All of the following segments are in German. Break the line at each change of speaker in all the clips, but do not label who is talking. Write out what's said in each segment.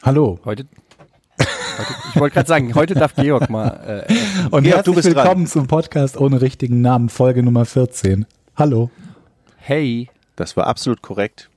Hallo.
Heute ich wollte gerade sagen, heute darf Georg mal.
Und
Georg,
herzlich willkommen zum Podcast ohne richtigen Namen, Folge Nummer 14. Hallo.
Hey.
Das war absolut korrekt.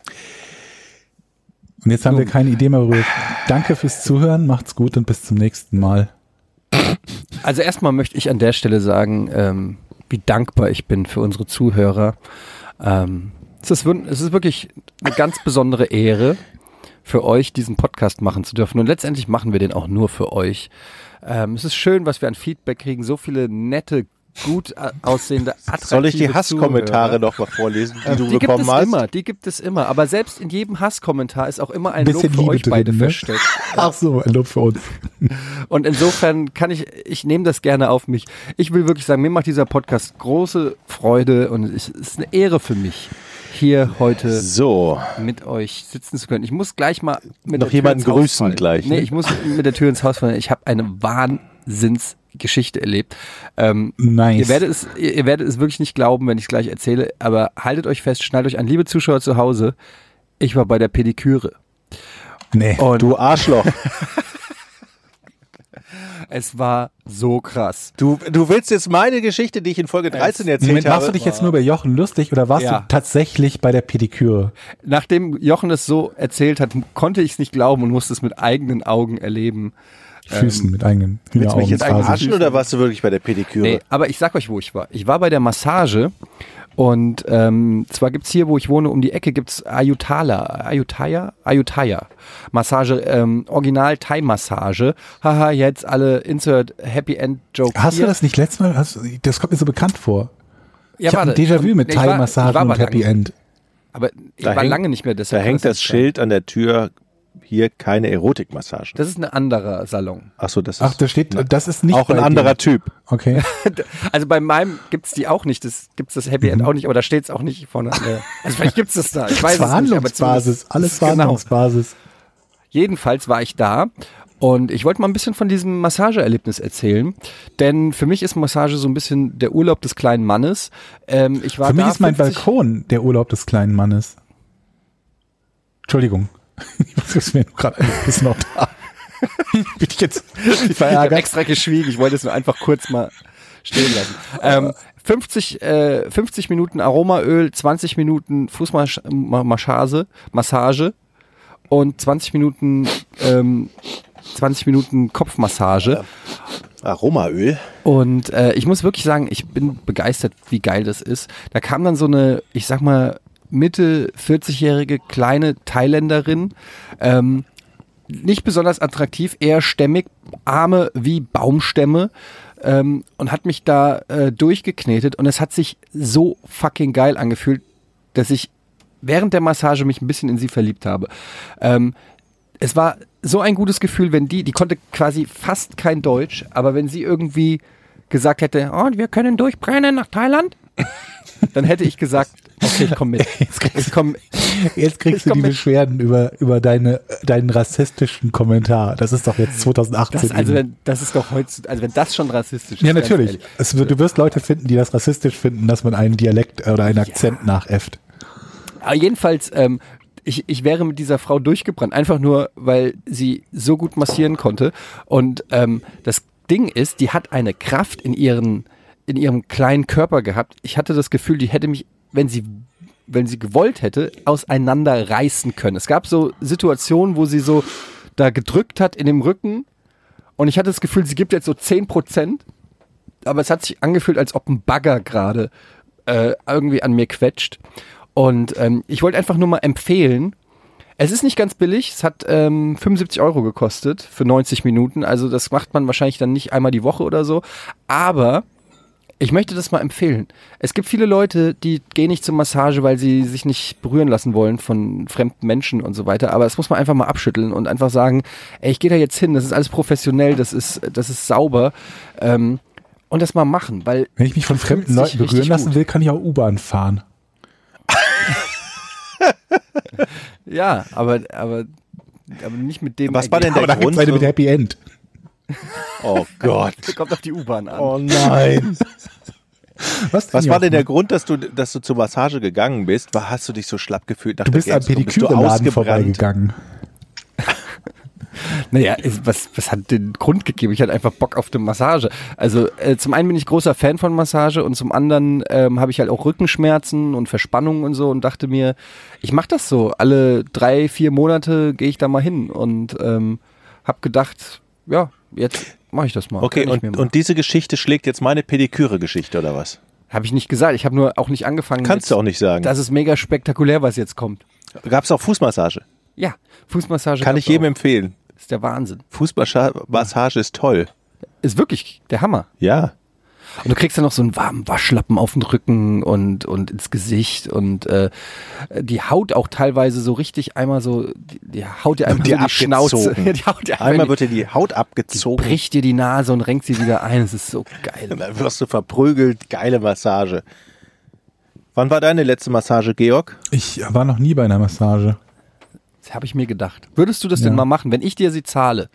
Und jetzt haben wir keine Idee mehr darüber. Danke fürs Zuhören, macht's gut und bis zum nächsten Mal.
Also erstmal möchte ich an der Stelle sagen, wie dankbar ich bin für unsere Zuhörer. Es ist wirklich eine ganz besondere Ehre, für euch diesen Podcast machen zu dürfen. Und letztendlich machen wir den auch nur für euch. Es ist schön, was wir an Feedback kriegen. So viele nette, gut aussehende, attraktive
Soll ich die Hasskommentare noch mal vorlesen, die du bekommen hast?
Die gibt es immer. Aber selbst in jedem Hasskommentar ist auch immer ein Lob
Bisschen
für
Liebe
euch beide
drin, ne?
versteckt.
Ach so, ein Lob für uns.
Und insofern ich nehme das gerne auf mich. Ich will wirklich sagen, mir macht dieser Podcast große Freude und es ist eine Ehre für mich, hier heute mit euch sitzen zu können. Ich muss gleich mal mit
noch jemanden grüßen gleich.
Nee, ich muss mit der Tür ins Haus fallen. Ich habe eine Wahnsinnsgeschichte erlebt.
Nice.
Ihr werdet es wirklich nicht glauben, wenn ich es gleich erzähle, aber haltet euch fest, schnallt euch an, liebe Zuschauer zu Hause. Ich war bei der Pediküre.
Nee.
Und
Du Arschloch.
es war so krass.
Du willst jetzt meine Geschichte, die ich in Folge 13 erzählt
Moment,
habe.
machst du dich jetzt nur bei Jochen lustig oder warst
Ja.
du tatsächlich bei der Pediküre?
Nachdem Jochen es so erzählt hat, konnte ich es nicht glauben und musste es mit eigenen Augen erleben.
Füßen mit eigenen
Willst du mich
Hühneraugen.
jetzt verarschen oder warst du wirklich bei der Pediküre?
Nee, aber ich sag euch, wo ich war. Ich war bei der Massage und zwar gibt's hier, wo ich wohne, um die Ecke gibt's Ayutthaya Massage, Original Thai-Massage. Haha, jetzt alle Insert Happy End Joke.
Hast
hier.
du das nicht letztes Mal? Das kommt mir so bekannt vor.
Ja,
Ich habe ein Déjà-vu mit
Nee, ich war
Thai-Massagen
aber
und Happy
lange-
End.
Aber ich
Da
war
hängt-
lange nicht mehr.
Da
Deshalb
hängt
kann
das
nicht
Schild an der Tür, hier keine Erotikmassagen.
Das ist ein anderer Salon.
Achso, das ist
Ach, da steht, das ist nicht
auch ein
bei
anderer
dir.
Typ.
Okay.
Also bei meinem gibt's die auch nicht, gibt's das Happy End auch nicht, aber da steht's auch nicht vorne. Also vielleicht gibt's das da, ich weiß es nicht. Aber
Verhandlungsbasis,
zumindest-
alles
Genau.
Verhandlungsbasis.
Jedenfalls war ich da und ich wollte mal ein bisschen von diesem Massageerlebnis erzählen, denn für mich ist Massage so ein bisschen der Urlaub des kleinen Mannes. Ich war
Für mich
da
ist mein
50
Balkon der Urlaub des kleinen Mannes. Entschuldigung. Ich muss mir gerade ein bisschen noch da. Bin ich jetzt
Ich habe
verärgert?
extra geschwiegen, ich wollte es nur einfach kurz mal stehen lassen. 50 Minuten Aromaöl, 20 Minuten Fußmassage und 20 Minuten Kopfmassage.
Aromaöl.
Und ich muss wirklich sagen, ich bin begeistert, wie geil das ist. Da kam dann so eine, ich sag mal, Mitte 40-jährige kleine Thailänderin, nicht besonders attraktiv, eher stämmig, Arme wie Baumstämme und hat mich da durchgeknetet und es hat sich so fucking geil angefühlt, dass ich während der Massage mich ein bisschen in sie verliebt habe. Es war so ein gutes Gefühl, wenn die konnte quasi fast kein Deutsch, aber wenn sie irgendwie gesagt hätte, oh, wir können durchbrennen nach Thailand, dann hätte ich gesagt, okay, ich komme mit.
Jetzt kriegst du die Beschwerden über deinen rassistischen Kommentar. Das ist doch jetzt 2018.
wenn das schon rassistisch ist.
Ja,
ganz
natürlich.
ehrlich.
Du wirst Leute finden, die das rassistisch finden, dass man einen Dialekt oder einen Akzent nachäfft.
Aber jedenfalls, ich wäre mit dieser Frau durchgebrannt, einfach nur, weil sie so gut massieren konnte. Und das Ding ist, die hat eine Kraft in ihrem kleinen Körper gehabt. Ich hatte das Gefühl, die hätte mich, wenn sie gewollt hätte, auseinanderreißen können. Es gab so Situationen, wo sie so da gedrückt hat in dem Rücken und ich hatte das Gefühl, sie gibt jetzt so 10%, aber es hat sich angefühlt, als ob ein Bagger gerade irgendwie an mir quetscht. Und ich wollte einfach nur mal empfehlen, es ist nicht ganz billig, es hat 75 € gekostet für 90 Minuten, also das macht man wahrscheinlich dann nicht einmal die Woche oder so, aber ich möchte das mal empfehlen. Es gibt viele Leute, die gehen nicht zur Massage, weil sie sich nicht berühren lassen wollen von fremden Menschen und so weiter. Aber das muss man einfach mal abschütteln und einfach sagen, ey, ich gehe da jetzt hin, das ist alles professionell, das ist sauber. Und das mal machen, weil...
Wenn ich mich von fremden
fühlt sich
Leuten berühren
richtig
lassen
gut.
will, kann ich auch U-Bahn fahren.
Ja, aber nicht mit dem...
Was war denn
Aber
der
da gibt's
Grund?
eine mit Happy End.
Oh Gott.
Kommt auf die U-Bahn an.
Oh nein.
Was
war denn der Grund, dass du zur Massage gegangen bist? Hast du dich so schlapp gefühlt?
Du bist am Pediküre-Laden vorbeigegangen.
Naja, was hat den Grund gegeben? Ich hatte einfach Bock auf eine Massage. Also zum einen bin ich großer Fan von Massage und zum anderen habe ich halt auch Rückenschmerzen und Verspannungen und so und dachte mir, ich mache das so. Alle 3-4 Monate gehe ich da mal hin und habe gedacht, ja, jetzt mache ich das mal.
Okay, und diese Geschichte schlägt jetzt meine Pediküre-Geschichte oder was?
Habe ich nicht gesagt. Ich habe nur auch nicht angefangen.
Kannst du auch nicht sagen.
Das ist mega spektakulär, was jetzt kommt.
Gab es auch Fußmassage?
Ja, Fußmassage.
Kann ich jedem empfehlen.
Das ist der Wahnsinn.
Fußmassage ist toll.
Ist wirklich der Hammer.
Ja.
Und du kriegst dann noch so einen warmen Waschlappen auf den Rücken und ins Gesicht und die Haut auch teilweise so richtig einmal so, die haut dir einmal so die Schnauze.
Ja, die haut dir einmal wird dir die Haut abgezogen.
Die bricht dir die Nase und renkt sie wieder ein. Das ist so geil.
Und dann wirst du verprügelt. Geile Massage. Wann war deine letzte Massage, Georg?
Ich war noch nie bei einer Massage.
Das habe ich mir gedacht. Würdest du das denn mal machen, wenn ich dir sie zahle?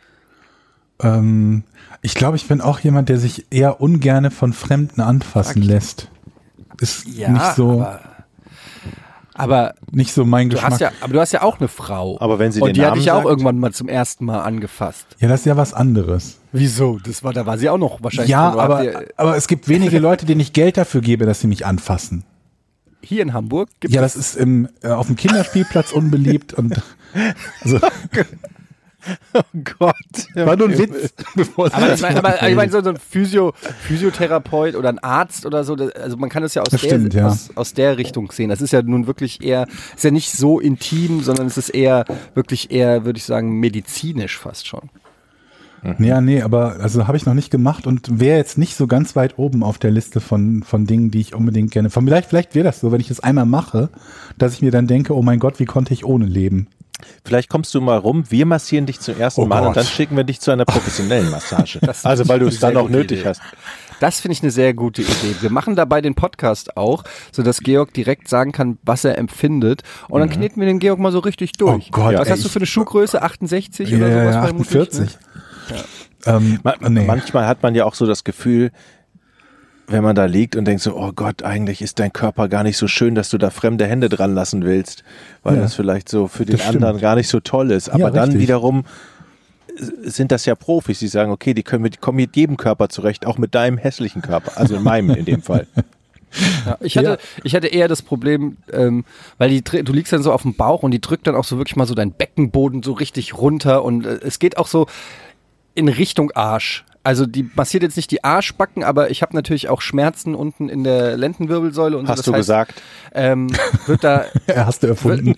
Ich glaube, ich bin auch jemand, der sich eher ungerne von Fremden anfassen lässt. Ist nicht so.
Aber
nicht so mein Geschmack.
Aber du hast ja auch eine Frau.
Aber wenn sie
und
den
die
Namen
hatte ich auch
sagt?
irgendwann mal zum ersten Mal angefasst.
Ja, das ist ja was anderes.
Wieso? Da war sie auch noch wahrscheinlich.
Ja, aber es gibt wenige Leute, denen ich Geld dafür gebe, dass sie mich anfassen.
Hier in Hamburg gibt
es. Ja, das ist auf dem Kinderspielplatz unbeliebt und also.
Oh Gott.
War nur ein Witz.
Aber ich meine, so ein Physiotherapeut oder ein Arzt oder so, also man kann das ja aus der Richtung sehen. Das ist ja nun wirklich ist ja nicht so intim, sondern es ist wirklich eher, würde ich sagen, medizinisch fast schon.
Ja, nee, aber also habe ich noch nicht gemacht und wäre jetzt nicht so ganz weit oben auf der Liste von Dingen, die ich unbedingt gerne. Vielleicht wäre das so, wenn ich das einmal mache, dass ich mir dann denke, oh mein Gott, wie konnte ich ohne leben?
Vielleicht kommst du mal rum, wir massieren dich zum ersten Mal und dann schicken wir dich zu einer professionellen Massage. Also weil du es dann auch nötig hast.
Das finde ich eine sehr gute Idee. Wir machen dabei den Podcast auch, sodass Georg direkt sagen kann, was er empfindet. Und dann kneten wir den Georg mal so richtig durch.
Oh Gott,
was hast du für eine Schuhgröße? 68 oder sowas?
48.
Ne?
Manchmal hat man ja auch so das Gefühl, wenn man da liegt und denkt so, oh Gott, eigentlich ist dein Körper gar nicht so schön, dass du da fremde Hände dran lassen willst, weil das vielleicht so für den anderen gar nicht so toll ist. Aber dann wiederum sind das ja Profis, die sagen, okay, die kommen mit jedem Körper zurecht, auch mit deinem hässlichen Körper, also in meinem in dem Fall.
Ja, ich hatte eher das Problem, weil du liegst dann so auf dem Bauch und die drückt dann auch so wirklich mal so deinen Beckenboden so richtig runter und es geht auch so in Richtung Arsch. Also die massiert jetzt nicht die Arschbacken, aber ich habe natürlich auch Schmerzen unten in der Lendenwirbelsäule und so.
Hast du gesagt?
Wird da
hast du erfunden.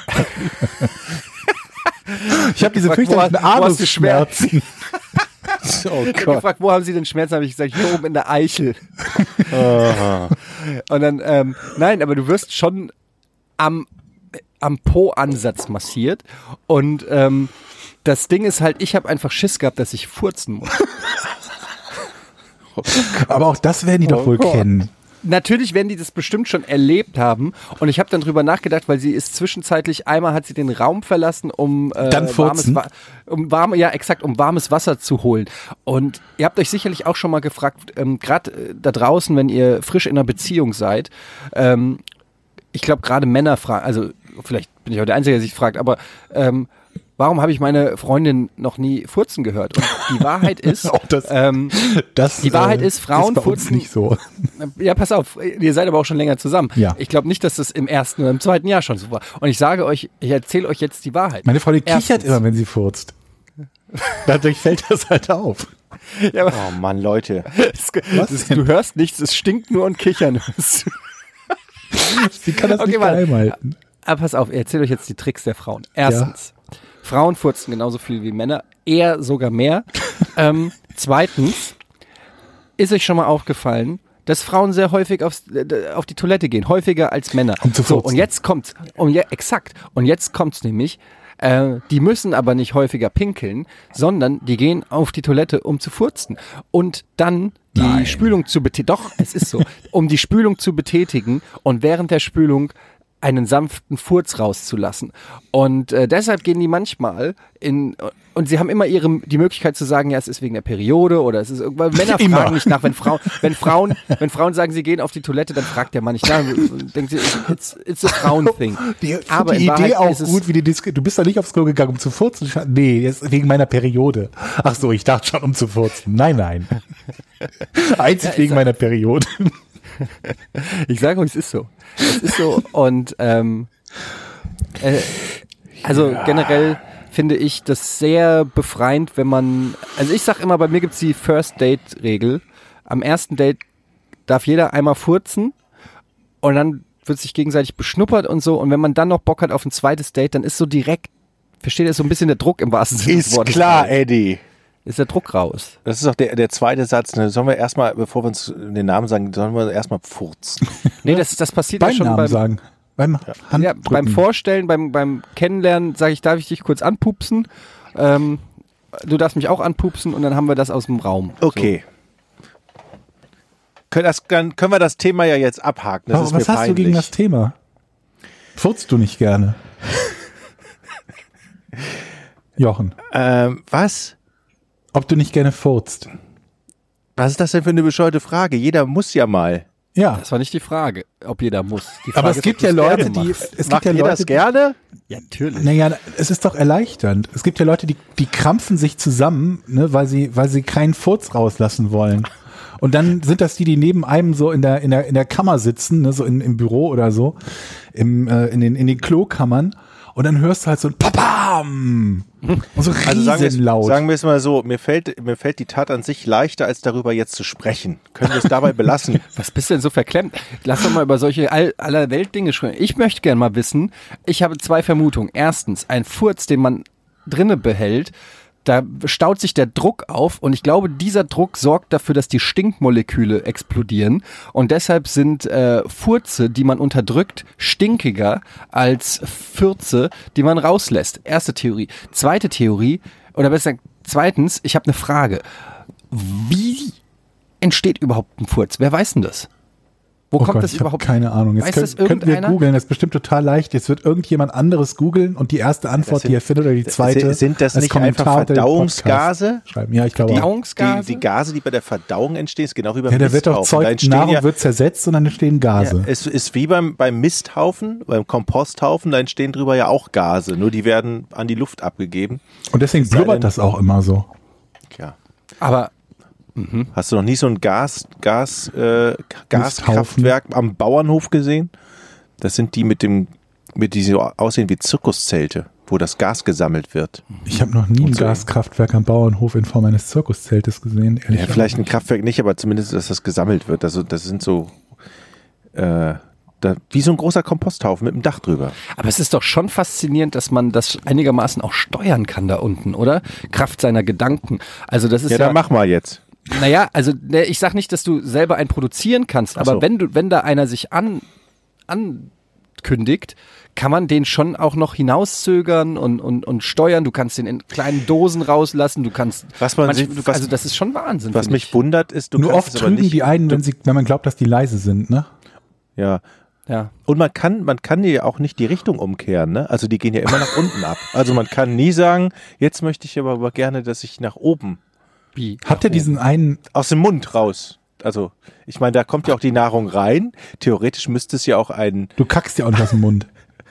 Ich habe diese fürchterlichen Anusschmerzen.
Oh Gott. Ich habe gefragt, wo haben Sie denn Schmerzen? Habe ich gesagt, hier oben in der Eichel. Und dann, nein, aber du wirst schon am Po-Ansatz massiert und das Ding ist halt, ich habe einfach Schiss gehabt, dass ich furzen muss.
Aber auch das werden die doch wohl kennen.
Natürlich werden die das bestimmt schon erlebt haben und ich habe dann drüber nachgedacht, weil sie ist zwischenzeitlich, einmal hat sie den Raum verlassen, um warmes Wasser zu holen. Und ihr habt euch sicherlich auch schon mal gefragt, gerade da draußen, wenn ihr frisch in einer Beziehung seid, ich glaube gerade Männer fragen, also vielleicht bin ich auch der Einzige, der sich fragt, aber warum habe ich meine Freundin noch nie furzen gehört? Und die Wahrheit ist, Frauen
ist bei
furzen
uns nicht so.
Ja, pass auf, ihr seid aber auch schon länger zusammen. Ja. Ich glaube nicht, dass das im ersten oder im zweiten Jahr schon so war. Und ich sage euch, ich erzähle euch jetzt die Wahrheit.
Meine Freundin kichert immer, wenn sie furzt. Dadurch fällt das halt auf.
Ja,
oh Mann, Leute.
Du hörst nichts, es stinkt nur und kichern.
Sie kann das nicht geheim halten.
Aber pass auf, ich erzähle euch jetzt die Tricks der Frauen. Erstens, Frauen furzen genauso viel wie Männer, eher sogar mehr. Zweitens, ist euch schon mal aufgefallen, dass Frauen sehr häufig auf die Toilette gehen, häufiger als Männer.
Um zu furzen.
So, und jetzt kommt's. Exakt. Und jetzt kommt's nämlich. Die müssen aber nicht häufiger pinkeln, sondern die gehen auf die Toilette, um zu furzen. Und dann die Spülung zu betätigen. Doch, es ist so. Um die Spülung zu betätigen und während der Spülung einen sanften Furz rauszulassen. Und deshalb gehen die manchmal und sie haben immer die Möglichkeit zu sagen, ja, es ist wegen der Periode oder es ist irgendwann, Männer fragen nicht nach, wenn Frauen sagen, sie gehen auf die Toilette, dann fragt der Mann nicht nach und denkt sich, it's a Frauen-Thing.
Aber die Idee auch gut, wie du bist da nicht aufs Klo gegangen, um zu furzen? Nee, jetzt wegen meiner Periode. Ach so, ich dachte schon, um zu furzen. Nein. Einzig wegen meiner Periode.
Ich sage euch, es ist so. Es ist so und generell finde ich das sehr befreiend, wenn man, also ich sag immer, bei mir gibt's die First-Date-Regel. Am ersten Date darf jeder einmal furzen und dann wird sich gegenseitig beschnuppert und so und wenn man dann noch Bock hat auf ein zweites Date, dann ist so direkt, versteht ihr, so ein bisschen der Druck im wahrsten Sinne des Wortes.
Ist klar, Eddie.
Ist der Druck raus.
Das ist auch der zweite Satz. Ne? Sollen wir erstmal, bevor wir uns den Namen sagen, sollen wir erstmal furzen?
Nee, das passiert
beim
ja schon
Namen sagen.
Beim Vorstellen, beim Kennenlernen sage ich, darf ich dich kurz anpupsen? Du darfst mich auch anpupsen und dann haben wir das aus dem Raum.
Okay. So. Können wir das Thema ja jetzt abhaken. Das ist
was
mir
hast du gegen das Thema? Furzt du nicht gerne? Jochen.
Was?
Ob du nicht gerne furzt?
Was ist das denn für eine bescheuerte Frage? Jeder muss ja mal.
Ja. Das war nicht die Frage, ob jeder muss. Die Frage
aber es gibt ja Leute, die...
Macht ihr das gerne?
Ja, natürlich.
Naja, es ist doch erleichternd. Es gibt ja Leute, die krampfen sich zusammen, ne, weil sie keinen Furz rauslassen wollen. Und dann sind das die neben einem so in der Kammer sitzen, ne, so im Büro oder so, in den Klokammern. Und dann hörst du halt so ein Papam! Und so riesenlaut.
Also sagen wir es mal so, mir fällt die Tat an sich leichter, als darüber jetzt zu sprechen. Können wir es dabei belassen?
Was bist du denn so verklemmt? Lass doch mal über solche aller Weltdinge sprechen. Ich möchte gerne mal wissen, ich habe 2 Vermutungen. Erstens, ein Furz, den man drinne behält, da staut sich der Druck auf und ich glaube, dieser Druck sorgt dafür, dass die Stinkmoleküle explodieren und deshalb sind Furze, die man unterdrückt, stinkiger als Fürze, die man rauslässt. Erste Theorie. Zweite Theorie, oder besser gesagt, zweitens, ich habe eine Frage. Wie entsteht überhaupt ein Furz? Wer weiß denn das? Wo kommt das überhaupt?
Keine Ahnung. Jetzt könnten wir googeln, das ist bestimmt total leicht. Jetzt wird irgendjemand anderes googeln und die erste Antwort, die er findet, oder die zweite.
Sind das nicht einfach Verdauungsgase?
Ja, ich glaube
Verdauungsgase?
Die Gase, die bei der Verdauung entstehen, ist genau wie beim
Misthaufen. Ja, da wird doch Zeug, Nahrung wird zersetzt und dann entstehen Gase.
Ja, es ist wie beim Misthaufen, beim Komposthaufen, da entstehen drüber ja auch Gase, nur die werden an die Luft abgegeben.
Und deswegen blubbert das auch immer so.
Ja.
Aber
hast du noch nie so ein Gaskraftwerk am Bauernhof gesehen? Das sind die die so aussehen wie Zirkuszelte, wo das Gas gesammelt wird.
Ich habe noch nie ein Gaskraftwerk am Bauernhof in Form eines Zirkuszeltes gesehen.
Ja, vielleicht ein Kraftwerk nicht, aber zumindest, dass das gesammelt wird. Also das sind so wie so ein großer Komposthaufen mit einem Dach drüber.
Aber es ist doch schon faszinierend, dass man das einigermaßen auch steuern kann da unten, oder? Kraft seiner Gedanken. Also das ist
ja, dann mach mal jetzt.
Naja, also ich sag nicht, dass du selber einen produzieren kannst, aber wenn da einer sich ankündigt, kann man den schon auch noch hinauszögern und steuern. Du kannst den in kleinen Dosen rauslassen, du kannst also das ist schon Wahnsinn.
Was mich wundert ist,
nur oft trügen die einen, wenn man glaubt, dass die leise sind, ne?
Ja. Und man kann ja auch nicht die Richtung umkehren, ne? Also die gehen ja immer nach unten ab. Also man kann nie sagen, jetzt möchte ich aber gerne, dass ich nach oben.
Wie?
Habt ihr diesen einen...
Aus dem Mund raus. Also, ich meine, da kommt ja auch die Nahrung rein. Theoretisch müsste es ja auch ein...
Du kackst ja auch nicht aus dem Mund.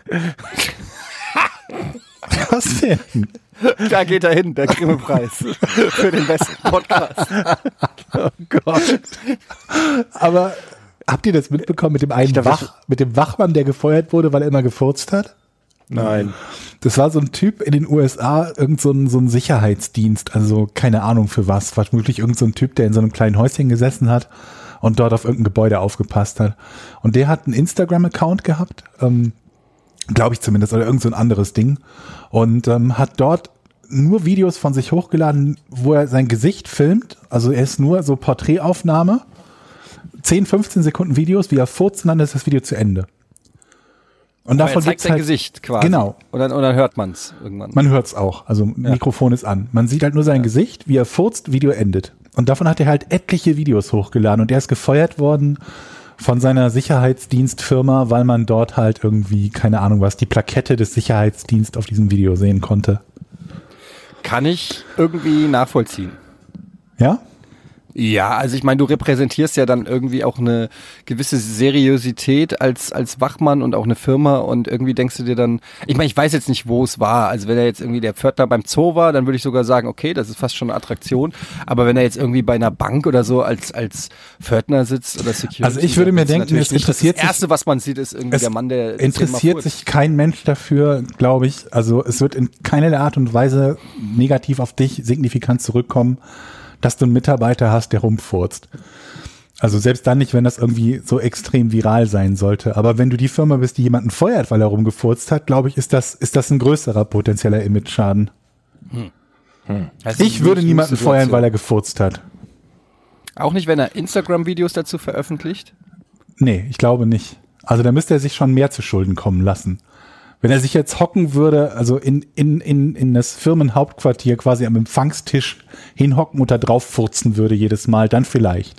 Was denn?
Da geht er hin, der Grimme-Preis für den besten Podcast.
Oh Gott.
Aber habt ihr das mitbekommen mit dem mit dem Wachmann, der gefeuert wurde, weil er immer gefurzt hat?
Nein.
Das war so ein Typ in den USA, so ein Sicherheitsdienst, also keine Ahnung für was, vermutlich irgend so ein Typ, der in so einem kleinen Häuschen gesessen hat und dort auf irgendein Gebäude aufgepasst hat. Und der hat einen Instagram-Account gehabt, glaube ich zumindest, oder irgend so ein anderes Ding, und hat dort nur Videos von sich hochgeladen, wo er sein Gesicht filmt, also er ist nur so Porträtaufnahme, 10, 15 Sekunden Videos, wie er furzt, und dann ist das Video zu Ende. Und davon
zeigt sein Gesicht quasi.
Genau.
Und dann hört man es irgendwann.
Man hört es auch. Also Mikrofon ist an. Man sieht halt nur sein Gesicht, wie er furzt, Video endet. Und davon hat er halt etliche Videos hochgeladen und er ist gefeuert worden von seiner Sicherheitsdienstfirma, weil man dort halt irgendwie, keine Ahnung was, die Plakette des Sicherheitsdienstes auf diesem Video sehen konnte.
Kann ich irgendwie nachvollziehen.
Ja?
Ja, also ich meine, du repräsentierst ja dann irgendwie auch eine gewisse Seriosität als Wachmann und auch eine Firma und irgendwie denkst du dir dann, ich meine, ich weiß jetzt nicht, wo es war, also wenn er jetzt irgendwie der Pförtner beim Zoo war, dann würde ich sogar sagen, okay, das ist fast schon eine Attraktion, aber wenn er jetzt irgendwie bei einer Bank oder so als Pförtner sitzt oder Security.
Also ich würde mir denken, es interessiert
sich, das Erste, was man sieht, ist irgendwie der Mann, der
interessiert sich kein Mensch dafür, glaube ich, also es wird in keiner Art und Weise negativ auf dich signifikant zurückkommen, dass du einen Mitarbeiter hast, der rumfurzt. Also selbst dann nicht, wenn das irgendwie so extrem viral sein sollte. Aber wenn du die Firma bist, die jemanden feuert, weil er rumgefurzt hat, glaube ich, ist das ein größerer potenzieller Image-Schaden. Ich würde niemanden feuern, weil er gefurzt hat.
Auch nicht, wenn er Instagram-Videos dazu veröffentlicht?
Nee, ich glaube nicht. Also da müsste er sich schon mehr zu Schulden kommen lassen. Wenn er sich jetzt hocken würde, also in das Firmenhauptquartier quasi am Empfangstisch hinhocken und da drauf furzen würde jedes Mal, dann vielleicht.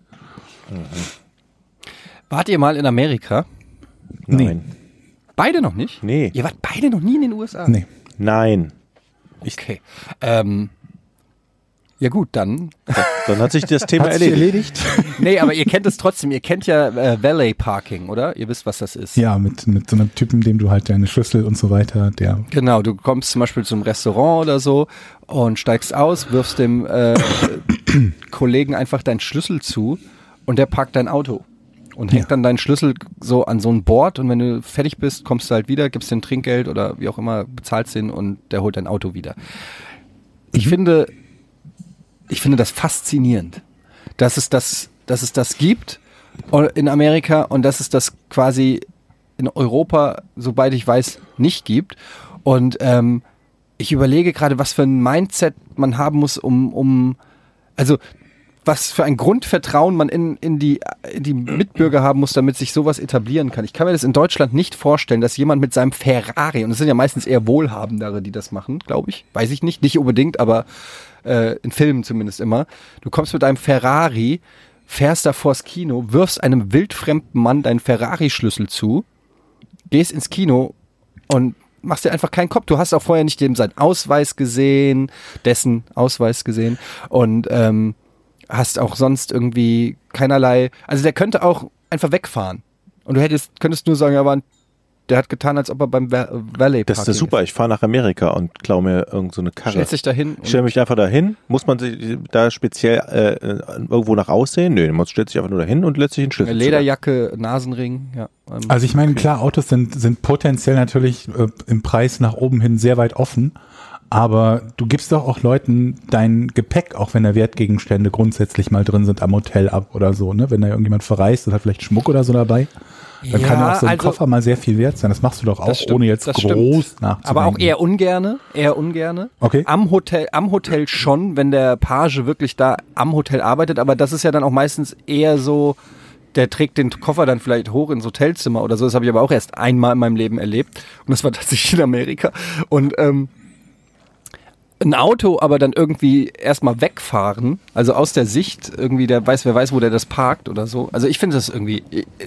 Wart ihr mal in Amerika?
Nein.
Nee. Beide noch nicht?
Nee.
Ihr wart beide noch nie in den USA?
Nee.
Nein.
Okay. Ja gut, dann.
Dann hat sich das Thema erledigt.
Nee, aber ihr kennt es trotzdem. Ihr kennt ja Valet Parking, oder? Ihr wisst, was das ist.
Ja, mit so einem Typen, dem du halt deine Schlüssel und so weiter, der.
Genau, du kommst zum Beispiel zum Restaurant oder so und steigst aus, wirfst dem Kollegen einfach deinen Schlüssel zu und der parkt dein Auto. Und hängt dann deinen Schlüssel so an so ein Board und wenn du fertig bist, kommst du halt wieder, gibst den Trinkgeld oder wie auch immer, bezahlst den und der holt dein Auto wieder. Ich finde das faszinierend, dass es das gibt in Amerika und dass es das quasi in Europa, soweit ich weiß, nicht gibt. Und ich überlege gerade, was für ein Mindset man haben muss, also was für ein Grundvertrauen man in die Mitbürger haben muss, damit sich sowas etablieren kann. Ich kann mir das in Deutschland nicht vorstellen, dass jemand mit seinem Ferrari, und es sind ja meistens eher Wohlhabendere, die das machen, glaube ich, weiß ich nicht unbedingt, aber in Filmen zumindest immer. Du kommst mit deinem Ferrari, fährst da vors Kino, wirfst einem wildfremden Mann deinen Ferrari-Schlüssel zu, gehst ins Kino und machst dir einfach keinen Kopf. Du hast auch vorher nicht dessen Ausweis gesehen und hast auch sonst irgendwie keinerlei, also der könnte auch einfach wegfahren und du könntest nur sagen, ja, der hat getan, als ob er beim Valet Parking
Das ist super, ich fahre nach Amerika und klaue mir irgend so eine Karre.
Stellst dich dahin?
Ich stelle mich einfach dahin. Muss man sich da speziell irgendwo nach aussehen? Nö, man stellt sich einfach nur dahin und lässt sich einen Schlüssel
eine Lederjacke, Nasenring, ja.
Also ich meine, klar, Autos sind potenziell natürlich im Preis nach oben hin sehr weit offen, aber du gibst doch auch Leuten dein Gepäck, auch wenn da Wertgegenstände grundsätzlich mal drin sind, am Hotel ab oder so, ne? Wenn da irgendjemand verreist und hat vielleicht Schmuck oder so dabei. Dann kann ja auch so ein Koffer mal sehr viel wert sein. Das machst du doch auch, ohne jetzt groß nachzudenken.
Aber auch eher ungerne.
Okay.
Am Hotel schon, wenn der Page wirklich da am Hotel arbeitet. Aber das ist ja dann auch meistens eher so, der trägt den Koffer dann vielleicht hoch ins Hotelzimmer oder so. Das habe ich aber auch erst einmal in meinem Leben erlebt. Und das war tatsächlich in Amerika. Und ein Auto aber dann irgendwie erstmal wegfahren, also aus der Sicht irgendwie, wer weiß, wo der das parkt oder so. Also ich finde das irgendwie...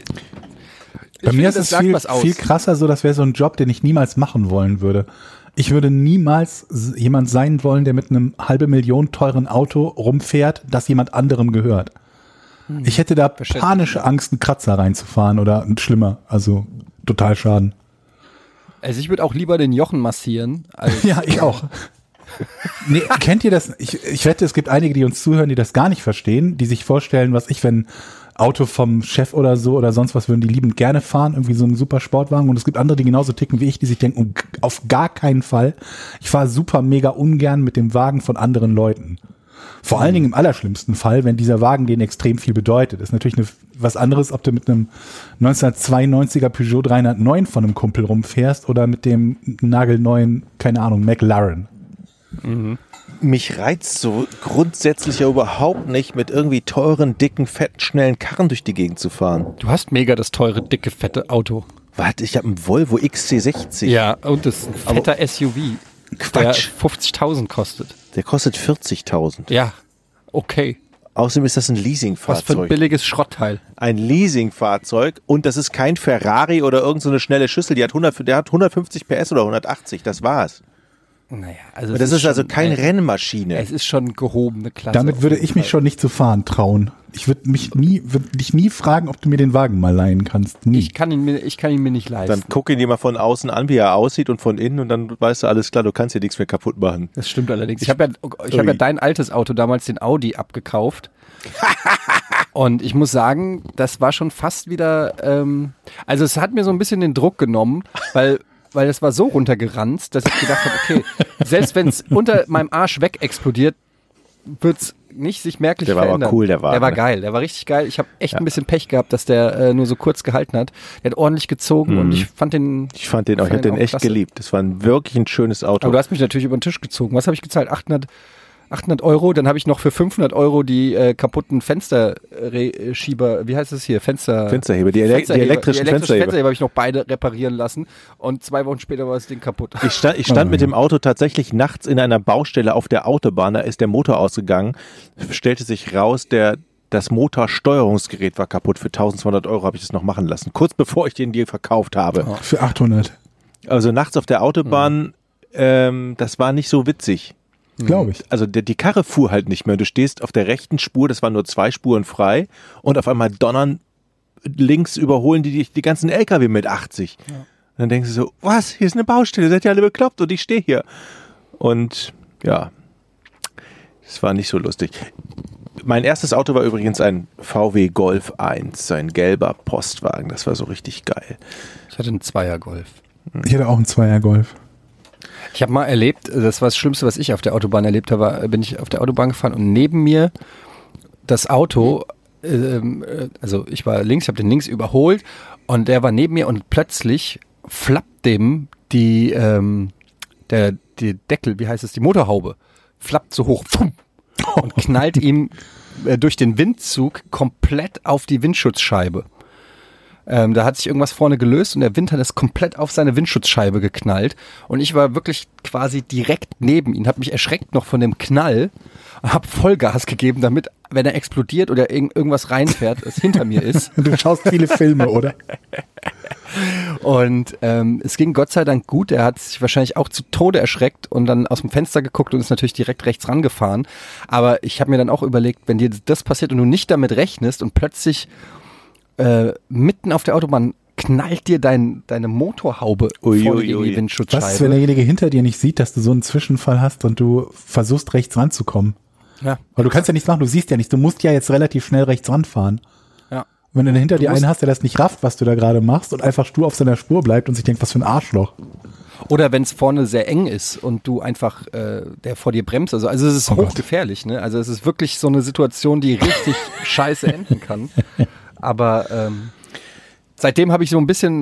Bei mir ist es viel krasser so, das wäre so ein Job, den ich niemals machen wollen würde. Ich würde niemals jemand sein wollen, der mit einem 500.000 teuren Auto rumfährt, das jemand anderem gehört. Ich hätte da panische Angst, einen Kratzer reinzufahren oder schlimmer, also total Schaden.
Also ich würde auch lieber den Jochen massieren. Als
ja, ich auch. Nee, kennt ihr das? Ich wette, es gibt einige, die uns zuhören, die das gar nicht verstehen, die sich vorstellen, wenn Auto vom Chef oder so oder sonst was würden die liebend gerne fahren, irgendwie so einen super Sportwagen. Und es gibt andere, die genauso ticken wie ich, die sich denken, auf gar keinen Fall. Ich fahre super mega ungern mit dem Wagen von anderen Leuten. Vor allen Dingen im allerschlimmsten Fall, wenn dieser Wagen denen extrem viel bedeutet. Das ist natürlich was anderes, ob du mit einem 1992er Peugeot 309 von einem Kumpel rumfährst oder mit dem nagelneuen, keine Ahnung, McLaren.
Mhm. Mich reizt so grundsätzlich ja überhaupt nicht, mit irgendwie teuren, dicken, fetten, schnellen Karren durch die Gegend zu fahren.
Du hast mega das teure, dicke, fette Auto.
Warte, ich habe einen Volvo XC60.
Ja, und das ist ein fetter SUV.
Quatsch.
Der 50.000 kostet.
Der kostet 40.000.
Ja, okay.
Außerdem ist das ein
Was
Leasingfahrzeug.
für ein billiges Schrottteil.
Ein Leasingfahrzeug und das ist kein Ferrari oder irgend so eine schnelle Schüssel. Der hat 150 PS oder 180, das war's.
Naja, also
Das ist also keine Rennmaschine.
Es ist schon gehobene Klasse.
Damit würde ich mich schon nicht zu fahren trauen. Ich würde dich nie fragen, ob du mir den Wagen mal leihen kannst. Nie.
Ich kann ihn mir nicht leisten.
Dann guck ihn dir mal von außen an, wie er aussieht und von innen und dann weißt du, alles klar, du kannst hier nichts mehr kaputt machen.
Das stimmt allerdings. Ich habe ja dein altes Auto, damals den Audi, abgekauft. Und ich muss sagen, das war schon fast wieder, also es hat mir so ein bisschen den Druck genommen, weil es war so runtergeranzt, dass ich gedacht habe, okay, selbst wenn es unter meinem Arsch weg explodiert, wird es nicht sich merklich
der war
verändern.
Aber cool, der Wagen.
Der war geil, der war richtig geil. Ich habe echt ein bisschen Pech gehabt, dass der nur so kurz gehalten hat. Der hat ordentlich gezogen und ich fand den
Ich habe den echt
klasse.
geliebt. Das war wirklich ein schönes Auto.
Aber du hast mich natürlich über den Tisch gezogen. Was habe ich gezahlt? 800 €, dann habe ich noch für 500 € die kaputten Fensterschieber, wie heißt das hier?
Fensterheber, die elektrischen Fensterheber
habe ich noch beide reparieren lassen und 2 Wochen später war das Ding kaputt.
Ich stand mit dem Auto tatsächlich nachts in einer Baustelle auf der Autobahn, da ist der Motor ausgegangen, stellte sich raus, das Motorsteuerungsgerät war kaputt. Für 1.200 € habe ich das noch machen lassen, kurz bevor ich den dir verkauft habe.
Oh. Für 800.
Also nachts auf der Autobahn, das war nicht so witzig.
Glaube ich.
Also die Karre fuhr halt nicht mehr. Du stehst auf der rechten Spur, das waren nur 2 Spuren frei und auf einmal donnern links überholen die ganzen LKW mit 80. Ja. Und dann denkst du so, was, hier ist eine Baustelle, seid ihr alle bekloppt und ich stehe hier. Und ja, das war nicht so lustig. Mein erstes Auto war übrigens ein VW Golf 1, ein gelber Postwagen, das war so richtig geil.
Ich hatte einen Zweier-Golf.
Ich hatte auch einen Zweier-Golf.
Ich habe mal erlebt, das war das Schlimmste, was ich auf der Autobahn erlebt habe, bin ich auf der Autobahn gefahren und neben mir das Auto, also ich war links, ich habe den links überholt und der war neben mir und plötzlich flappt dem die Deckel, wie heißt es, die Motorhaube, flappt so hoch und knallt ihm durch den Windzug komplett auf die Windschutzscheibe. Da hat sich irgendwas vorne gelöst und der Wind hat es komplett auf seine Windschutzscheibe geknallt und ich war wirklich quasi direkt neben ihm, habe mich erschreckt noch von dem Knall, habe Vollgas gegeben, damit, wenn er explodiert oder irgendwas reinfährt, es hinter mir ist.
Du schaust viele Filme, oder?
Und es ging Gott sei Dank gut, er hat sich wahrscheinlich auch zu Tode erschreckt und dann aus dem Fenster geguckt und ist natürlich direkt rechts rangefahren, aber ich habe mir dann auch überlegt, wenn dir das passiert und du nicht damit rechnest und plötzlich mitten auf der Autobahn knallt dir deine Motorhaube vorne gegen die Windschutzscheibe.
Was ist, wenn derjenige hinter dir nicht sieht, dass du so einen Zwischenfall hast und du versuchst, rechts ranzukommen?
Ja.
Weil du kannst ja nichts machen, du siehst ja nichts. Du musst ja jetzt relativ schnell rechts ranfahren.
Ja.
Wenn du hinter dir einen hast, der das nicht rafft, was du da gerade machst und einfach stur auf seiner Spur bleibt und sich denkt, was für ein Arschloch.
Oder wenn es vorne sehr eng ist und du einfach, der vor dir bremst. Also es ist hochgefährlich, ne? Also es ist wirklich so eine Situation, die richtig scheiße enden kann. Aber seitdem habe ich so ein bisschen,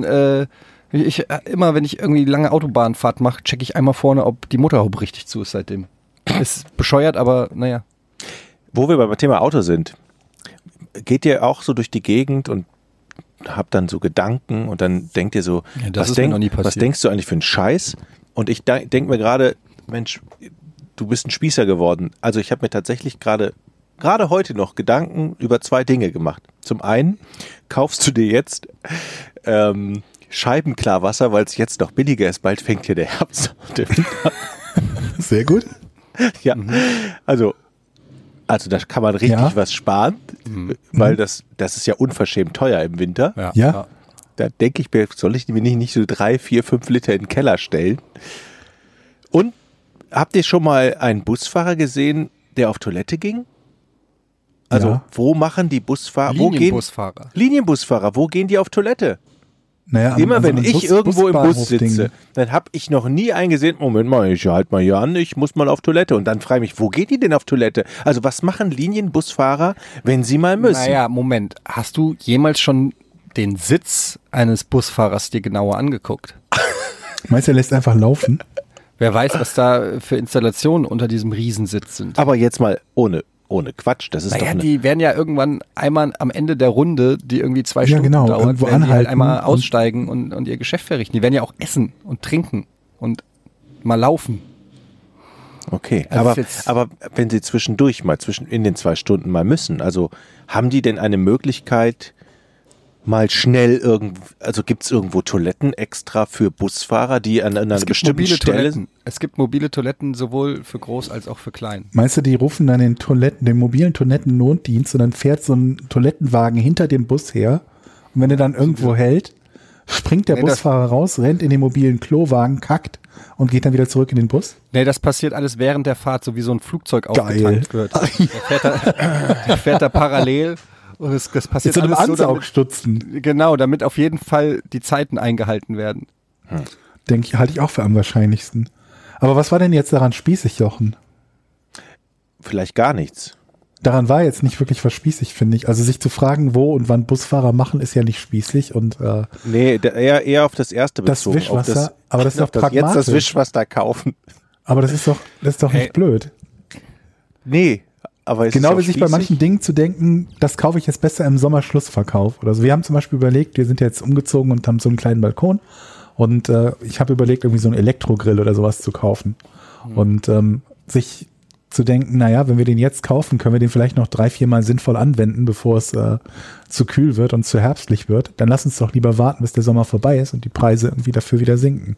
immer wenn ich irgendwie lange Autobahnfahrt mache, checke ich einmal vorne, ob die Motorhaube richtig zu ist seitdem. Ist bescheuert, aber naja.
Wo wir beim Thema Auto sind, geht ihr auch so durch die Gegend und habt dann so Gedanken und dann denkt ihr so,
ja, was
denkst du eigentlich für einen Scheiß? Und ich denke mir gerade, Mensch, du bist ein Spießer geworden. Also ich habe mir tatsächlich gerade heute noch Gedanken über 2 Dinge gemacht. Zum einen kaufst du dir jetzt Scheibenklarwasser, weil es jetzt noch billiger ist. Bald fängt hier der Herbst und der Winter an.
Sehr gut.
Ja, also da kann man richtig was sparen, weil das ist ja unverschämt teuer im Winter.
Ja.
Da denke ich mir, soll ich mir nicht so 3, 4, 5 Liter in den Keller stellen? Und habt ihr schon mal einen Busfahrer gesehen, der auf Toilette ging? Also, wo machen die Busfahrer? Linienbusfahrer, wo gehen die auf Toilette?
Naja,
immer wenn ich irgendwo im Bus sitze, dann habe ich noch nie eingesehen, Moment mal, ich halte mal hier an, ich muss mal auf Toilette. Und dann frage ich mich, wo geht die denn auf Toilette? Also was machen Linienbusfahrer, wenn sie mal müssen?
Naja, Moment, hast du jemals schon den Sitz eines Busfahrers dir genauer angeguckt?
Meinst du, er lässt einfach laufen?
Wer weiß, was da für Installationen unter diesem Riesensitz sind.
Aber jetzt mal ohne Quatsch, das ist doch
die werden ja irgendwann einmal am Ende der Runde, die irgendwie 2 Stunden dauert, werden die halt einmal aussteigen und ihr Geschäft verrichten. Die werden ja auch essen und trinken und mal laufen.
Okay,
Also
aber wenn Sie zwischendurch mal in den 2 Stunden mal müssen, also haben die denn eine Möglichkeit, mal schnell also gibt es irgendwo Toiletten extra für Busfahrer, die an einer bestimmten Stelle sind?
Es gibt mobile Toiletten sowohl für groß als auch für klein.
Meinst du, die rufen dann den mobilen Toiletten-Notdienst und dann fährt so ein Toilettenwagen hinter dem Bus her und wenn er dann irgendwo hält, springt der Busfahrer raus, rennt in den mobilen Klowagen, kackt und geht dann wieder zurück in den Bus?
Nee, das passiert alles während der Fahrt, so wie so ein Flugzeug aufgetankt wird. Der fährt da parallel. Und das passiert
mit so einem
alles
Ansaugstutzen.
Genau, damit auf jeden Fall die Zeiten eingehalten werden.
Halte ich auch für am wahrscheinlichsten. Aber was war denn jetzt daran spießig, Jochen?
Vielleicht gar nichts.
Daran war jetzt nicht wirklich was spießig, finde ich. Also sich zu fragen, wo und wann Busfahrer machen, ist ja nicht spießig. Und,
nee, eher auf das erste bezogen.
Das Wischwasser, aber das ist doch pragmatisch.
Jetzt das Wischwasser kaufen.
Aber das ist doch nicht blöd.
Nee. Aber
genau wie sich bei manchen Dingen zu denken, das kaufe ich jetzt besser im Sommerschlussverkauf. Oder so. Wir haben zum Beispiel überlegt, wir sind jetzt umgezogen und haben so einen kleinen Balkon und ich habe überlegt, irgendwie so einen Elektrogrill oder sowas zu kaufen. Und sich zu denken, naja, wenn wir den jetzt kaufen, können wir den vielleicht noch 3-4 Mal sinnvoll anwenden, bevor es zu kühl wird und zu herbstlich wird. Dann lass uns doch lieber warten, bis der Sommer vorbei ist und die Preise irgendwie dafür wieder sinken.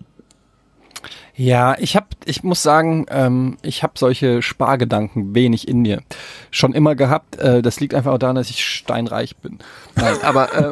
Ja, ich muss sagen, ich habe solche Spargedanken wenig in mir. Schon immer gehabt. Das liegt einfach auch daran, dass ich steinreich bin. Nein, aber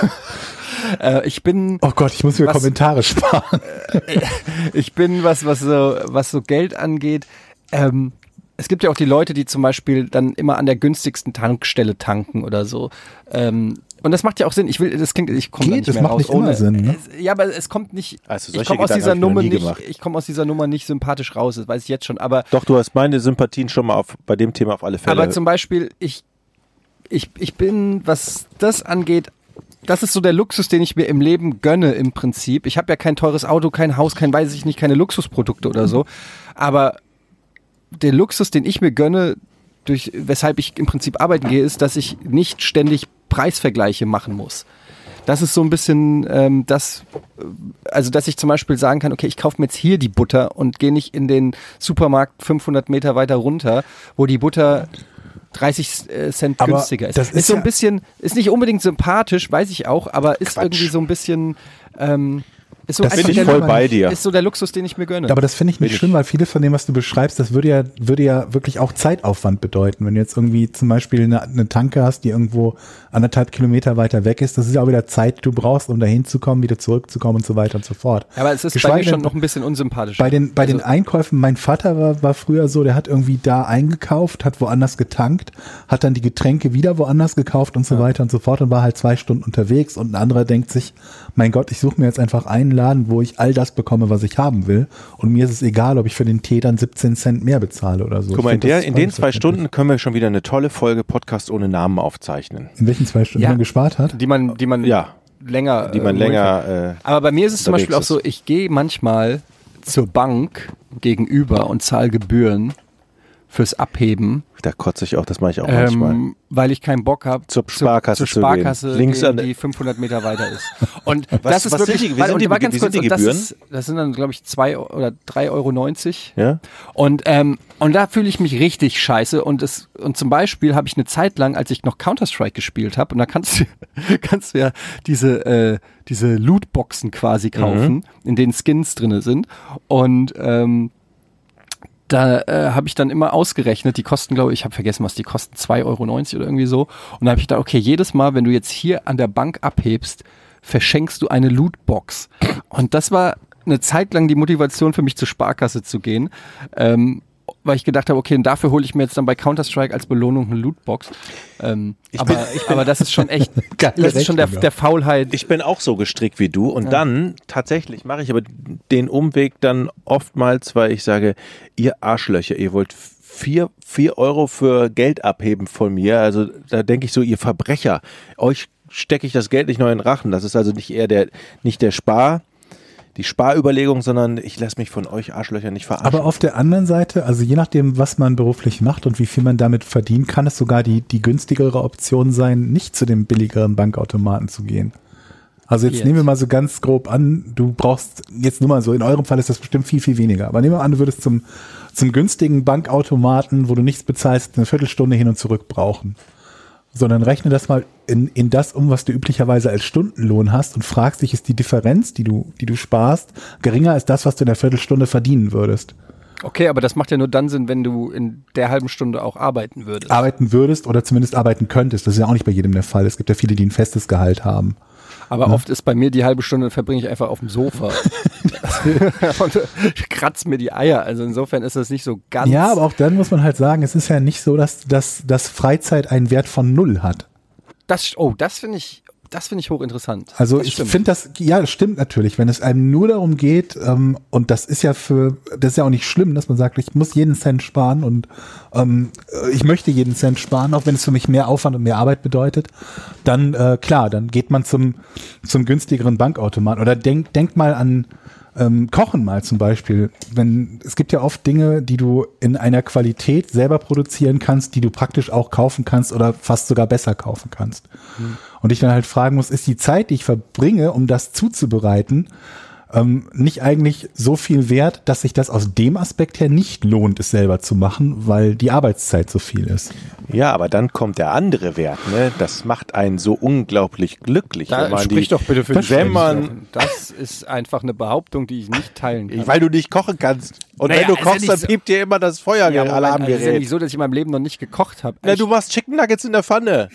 ich bin.
Oh Gott, ich muss mir Kommentare sparen.
Ich bin, was so Geld angeht. Es gibt ja auch die Leute, die zum Beispiel dann immer an der günstigsten Tankstelle tanken oder so. Und das macht ja auch Sinn. Ich komme da nicht mehr raus.
Nicht ohne Sinn, ne?
Ja, aber es kommt nicht.
Also
ich komme aus dieser Nummer nicht sympathisch raus. Das weiß ich jetzt schon. Aber
doch, du hast meine Sympathien schon mal bei dem Thema auf alle Fälle.
Aber zum Beispiel, ich bin, was das angeht, das ist so der Luxus, den ich mir im Leben gönne im Prinzip. Ich habe ja kein teures Auto, kein Haus, keine Luxusprodukte oder so. Aber der Luxus, den ich mir gönne, weshalb ich im Prinzip arbeiten gehe, ist, dass ich nicht ständig Preisvergleiche machen muss. Das ist so ein bisschen dass ich zum Beispiel sagen kann, okay, ich kaufe mir jetzt hier die Butter und gehe nicht in den Supermarkt 500 Meter weiter runter, wo die Butter 30 Cent
aber
günstiger ist.
Das ist
so ein bisschen, ist nicht unbedingt sympathisch, weiß ich auch, aber ist irgendwie so ein bisschen ist so
bin ich voll bei dir.
Ist so der Luxus, den ich mir gönne.
Aber das finde ich nicht schlimm, weil vieles von dem, was du beschreibst, das würde ja wirklich auch Zeitaufwand bedeuten. Wenn du jetzt irgendwie zum Beispiel eine Tanke hast, die irgendwo 1,5 Kilometer weiter weg ist, das ist ja auch wieder Zeit, die du brauchst, um da hinzukommen, wieder zurückzukommen und so weiter und so fort.
Aber es ist bei mir schon noch ein bisschen unsympathisch.
Bei den Einkäufen, mein Vater war früher so, der hat irgendwie da eingekauft, hat woanders getankt, hat dann die Getränke wieder woanders gekauft und so weiter und so fort und war halt 2 Stunden unterwegs und ein anderer denkt sich, mein Gott, ich suche mir jetzt einfach einen Laden, wo ich all das bekomme, was ich haben will und mir ist es egal, ob ich für den Tee dann 17 Cent mehr bezahle oder so.
Guck mal, in den 2 Stunden können wir schon wieder eine tolle Folge Podcast ohne Namen aufzeichnen.
In welchen 2 Stunden man gespart hat?
Die man länger. Aber bei mir ist es zum Beispiel auch so, ich gehe manchmal zur Bank gegenüber und zahle Gebühren fürs Abheben.
Da kotze ich auch, das mache ich auch manchmal.
Weil ich keinen Bock habe,
zur Sparkasse
zu gehen, die 500 Meter weiter ist. Und das ist wirklich,
wie sind die Gebühren?
Das sind dann, glaube ich, 2 oder 3,90 Euro.
Ja.
Und da fühle ich mich richtig scheiße. Und zum Beispiel habe ich eine Zeit lang, als ich noch Counter-Strike gespielt habe, und da kannst du ja diese Lootboxen quasi kaufen, in denen Skins drin sind. Und da habe ich dann immer ausgerechnet, die kosten, glaube ich, habe vergessen, was die kosten, 2,90 Euro oder irgendwie so. Und da habe ich gedacht, okay, jedes Mal, wenn du jetzt hier an der Bank abhebst, verschenkst du eine Lootbox. Und das war eine Zeit lang die Motivation für mich, zur Sparkasse zu gehen, weil ich gedacht habe, okay, und dafür hole ich mir jetzt dann bei Counter-Strike als Belohnung eine Lootbox. Aber das ist schon echt, das ist schon der Faulheit.
Ich bin auch so gestrickt wie du und dann tatsächlich mache ich aber den Umweg dann oftmals, weil ich sage, ihr Arschlöcher, ihr wollt 4 Euro für Geld abheben von mir, also da denke ich so, ihr Verbrecher, euch stecke ich das Geld nicht noch in den Rachen, das ist also nicht die Sparüberlegung, sondern ich lasse mich von euch Arschlöchern nicht verarschen.
Aber auf der anderen Seite, also je nachdem, was man beruflich macht und wie viel man damit verdient, kann es sogar die günstigere Option sein, nicht zu dem billigeren Bankautomaten zu gehen. Also jetzt nehmen wir mal so ganz grob an, du brauchst jetzt nur mal so, in eurem Fall ist das bestimmt viel, viel weniger. Aber nehmen wir an, du würdest zum günstigen Bankautomaten, wo du nichts bezahlst, eine Viertelstunde hin und zurück brauchen. Sondern rechne das mal in das um, was du üblicherweise als Stundenlohn hast und fragst dich, ist die Differenz, die du sparst, geringer als das, was du in der Viertelstunde verdienen würdest.
Okay, aber das macht ja nur dann Sinn, wenn du in der halben Stunde auch arbeiten würdest.
Arbeiten würdest oder zumindest arbeiten könntest. Das ist ja auch nicht bei jedem der Fall. Es gibt ja viele, die ein festes Gehalt haben.
Aber oft ist bei mir die halbe Stunde, verbringe ich einfach auf dem Sofa und kratze mir die Eier. Also insofern ist das nicht so ganz...
Ja, aber auch dann muss man halt sagen, es ist ja nicht so, dass Freizeit einen Wert von 0 hat.
Das finde ich hochinteressant.
Also ich finde das stimmt natürlich, wenn es einem nur darum geht, und das ist ja auch nicht schlimm, dass man sagt, ich muss jeden Cent sparen und ich möchte jeden Cent sparen, auch wenn es für mich mehr Aufwand und mehr Arbeit bedeutet, dann klar, dann geht man zum günstigeren Bankautomaten oder denkt mal an Kochen mal zum Beispiel. Es gibt ja oft Dinge, die du in einer Qualität selber produzieren kannst, die du praktisch auch kaufen kannst oder fast sogar besser kaufen kannst. Und ich dann halt fragen muss, ist die Zeit, die ich verbringe, um das zuzubereiten, nicht eigentlich so viel wert, dass sich das aus dem Aspekt her nicht lohnt, es selber zu machen, weil die Arbeitszeit so viel ist.
Ja, aber dann kommt der andere Wert, ne? Das macht einen so unglaublich glücklich.
Sprich doch bitte für dich.
Das
ist einfach eine Behauptung, die ich nicht teilen kann.
Weil du nicht kochen kannst. Und wenn du kochst, dann piept dir immer das Feueralarmgerät.
Es ist ja nicht so, dass ich in meinem Leben noch nicht gekocht habe.
Na, du machst Chicken Nuggets in der Pfanne.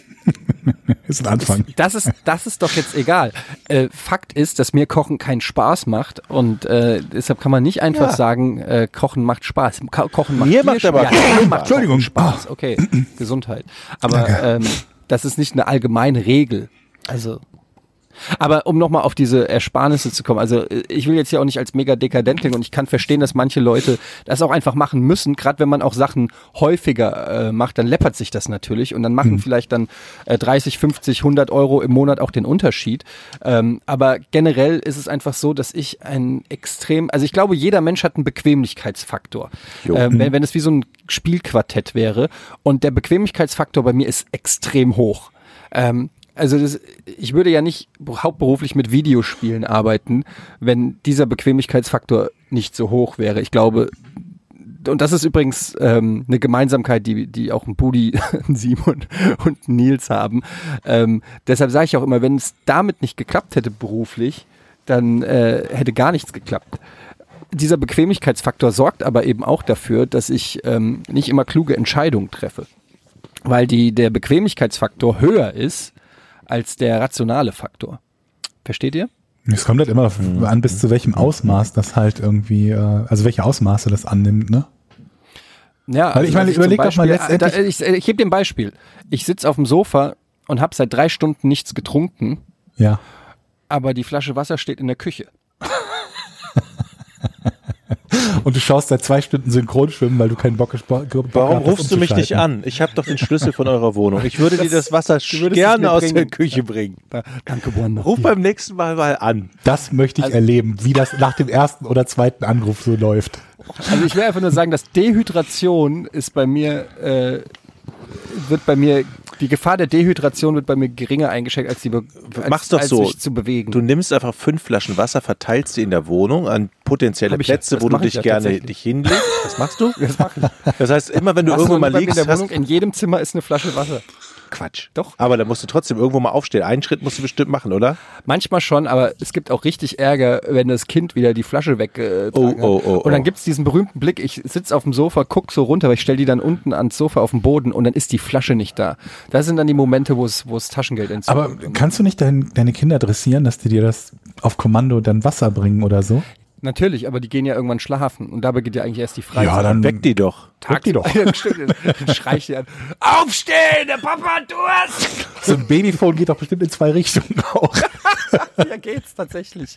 Ist ein Anfang.
Das ist doch jetzt egal. Fakt ist, dass mir Kochen keinen Spaß macht und deshalb kann man nicht einfach sagen, Kochen macht Spaß. Kochen macht
mir macht aber
Entschuldigung.
Spaß. Okay, Gesundheit. Aber das ist nicht eine allgemeine Regel. Also aber um nochmal auf diese Ersparnisse zu kommen, also ich will jetzt hier auch nicht als mega dekadent klingen und ich kann verstehen, dass manche Leute das auch einfach machen müssen, gerade wenn man auch Sachen häufiger macht, dann läppert sich das natürlich und dann machen vielleicht dann 30, 50, 100 Euro im Monat auch den Unterschied. Aber generell ist es einfach so, dass ich also ich glaube, jeder Mensch hat einen Bequemlichkeitsfaktor. Wenn es wie so ein Spielquartett wäre und der Bequemlichkeitsfaktor bei mir ist extrem hoch. Also ich würde ja nicht hauptberuflich mit Videospielen arbeiten, wenn dieser Bequemlichkeitsfaktor nicht so hoch wäre. Ich glaube, und das ist übrigens eine Gemeinsamkeit, die auch ein Budi, Simon und Nils haben. Deshalb sage ich auch immer, wenn es damit nicht geklappt hätte beruflich, dann hätte gar nichts geklappt. Dieser Bequemlichkeitsfaktor sorgt aber eben auch dafür, dass ich nicht immer kluge Entscheidungen treffe. Weil der Bequemlichkeitsfaktor höher ist als der rationale Faktor. Versteht ihr?
Es kommt halt immer an, bis zu welchem Ausmaß das halt irgendwie, also welche Ausmaße das annimmt, ne?
Ja,
weil ich meine, überleg doch mal letztendlich.
Ich gebe dir ein Beispiel. Ich sitze auf dem Sofa und habe seit 3 Stunden nichts getrunken.
Ja.
Aber die Flasche Wasser steht in der Küche.
Und du schaust seit 2 Stunden Synchronschwimmen, weil du keinen Bock hast.
Warum rufst du mich nicht an? Ich habe doch den Schlüssel von eurer Wohnung. Ich würde dir das Wasser gerne aus der Küche bringen.
Danke, Wanda.
Ruf beim nächsten Mal an.
Das möchte ich erleben, wie das nach dem ersten oder zweiten Anruf so läuft.
Also ich will einfach nur sagen, dass Dehydration ist bei mir, die Gefahr der Dehydration wird bei mir geringer eingeschränkt, als mich zu bewegen.
Du nimmst einfach 5 Flaschen Wasser, verteilst sie in der Wohnung an potenzielle Plätze, wo du dich gerne hinlegst. Das machst du?
Das mache ich.
Das heißt, immer wenn du irgendwo mal liegst,
in der Wohnung, in jedem Zimmer ist eine Flasche Wasser.
Quatsch.
Doch.
Aber da musst du trotzdem irgendwo mal aufstehen. Einen Schritt musst du bestimmt machen, oder?
Manchmal schon, aber es gibt auch richtig Ärger, wenn das Kind wieder die Flasche wegtragen hat. Und dann gibt's diesen berühmten Blick, ich sitze auf dem Sofa, guck so runter, weil ich stelle die dann unten ans Sofa auf den Boden und dann ist die Flasche nicht da. Das sind dann die Momente, wo es Taschengeld entzogen wird.
Aber kannst du nicht deine Kinder dressieren, dass die dir das auf Kommando dann Wasser bringen oder so?
Natürlich, aber die gehen ja irgendwann schlafen und dabei geht ja eigentlich erst die Freizeit.
Ja, dann weck die doch.
Weck die doch.
Dann schrei ich dir an, aufstehen, der Papa hat Durst!
So ein Babyphone geht doch bestimmt in 2 Richtungen auch.
Ja, geht's tatsächlich.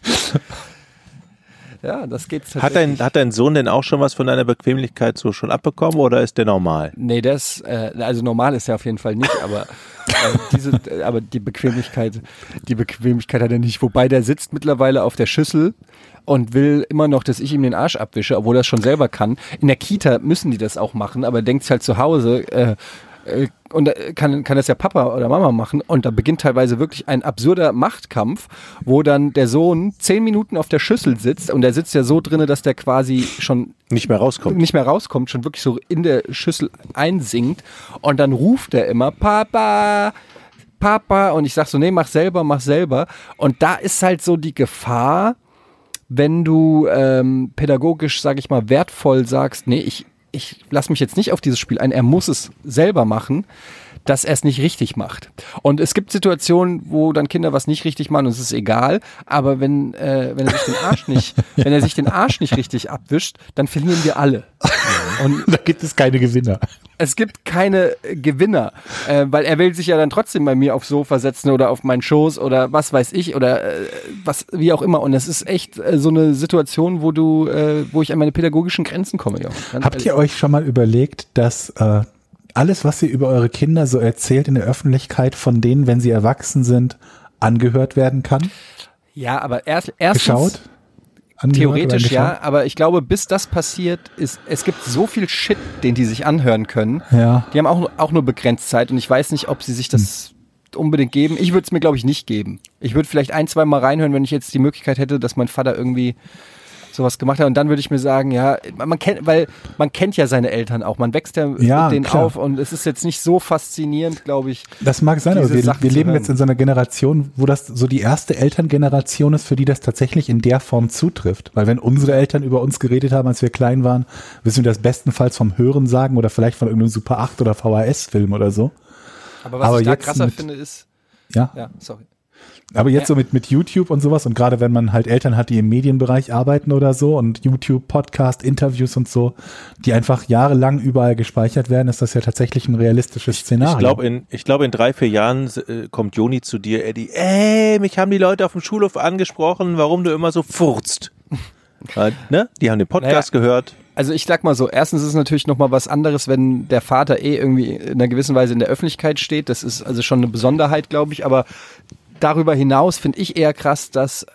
Ja, das geht's tatsächlich.
Hat dein Sohn denn auch schon was von deiner Bequemlichkeit so schon abbekommen oder ist der normal?
Nee, also normal ist er auf jeden Fall nicht, aber aber die Bequemlichkeit hat er nicht. Wobei der sitzt mittlerweile auf der Schüssel und will immer noch, dass ich ihm den Arsch abwische, obwohl er es schon selber kann. In der Kita müssen die das auch machen, aber denkt halt zu Hause, und kann das ja Papa oder Mama machen und da beginnt teilweise wirklich ein absurder Machtkampf, wo dann der Sohn 10 Minuten auf der Schüssel sitzt und der sitzt ja so drinne, dass der quasi schon
nicht mehr rauskommt,
schon wirklich so in der Schüssel einsinkt und dann ruft er immer Papa und ich sag so, nee, mach selber und da ist halt so die Gefahr, wenn du pädagogisch, sag ich mal, wertvoll sagst, nee, ich lasse mich jetzt nicht auf dieses Spiel ein, er muss es selber machen, dass er es nicht richtig macht. Und es gibt Situationen, wo dann Kinder was nicht richtig machen und es ist egal, aber wenn er sich den Arsch nicht richtig abwischt, dann verlieren wir alle.
Und da gibt es keine Gewinner.
Es gibt keine Gewinner, weil er will sich ja dann trotzdem bei mir aufs Sofa setzen oder auf meinen Schoß oder was weiß ich oder wie auch immer. Und das ist echt so eine Situation, wo ich an meine pädagogischen Grenzen komme. Ja,
Habt ihr euch schon mal überlegt, dass alles, was ihr über eure Kinder so erzählt in der Öffentlichkeit, von denen, wenn sie erwachsen sind, angehört werden kann?
Ja, aber erstens...
Geschaut?
Theoretisch ja, aber ich glaube, bis das passiert, es gibt so viel Shit, den die sich anhören können.
Ja.
Die haben auch nur begrenzt Zeit und ich weiß nicht, ob sie sich das unbedingt geben. Ich würde es mir, glaube ich, nicht geben. Ich würde vielleicht 1-2 Mal reinhören, wenn ich jetzt die Möglichkeit hätte, dass mein Vater irgendwie sowas gemacht hat und dann würde ich mir sagen, ja, man kennt ja seine Eltern auch, man wächst ja mit denen auf und es ist jetzt nicht so faszinierend, glaube ich.
Das mag sein, aber wir leben jetzt in so einer Generation, wo das so die erste Elterngeneration ist, für die das tatsächlich in der Form zutrifft, weil wenn unsere Eltern über uns geredet haben, als wir klein waren, wissen wir das bestenfalls vom Hören sagen oder vielleicht von irgendeinem Super 8 oder VHS-Film oder so.
Aber was ich da krasser finde ist,
ja, sorry. Aber jetzt so mit YouTube und sowas und gerade wenn man halt Eltern hat, die im Medienbereich arbeiten oder so und YouTube, Podcast, Interviews und so, die einfach jahrelang überall gespeichert werden, ist das ja tatsächlich ein realistisches Szenario.
Ich glaube in 3-4 Jahren kommt Joni zu dir, Eddie, mich haben die Leute auf dem Schulhof angesprochen, warum du immer so furzt. Ne? Die haben den Podcast gehört.
Also ich sag mal so, erstens ist es natürlich nochmal was anderes, wenn der Vater irgendwie in einer gewissen Weise in der Öffentlichkeit steht. Das ist also schon eine Besonderheit, glaube ich, aber darüber hinaus finde ich eher krass, dass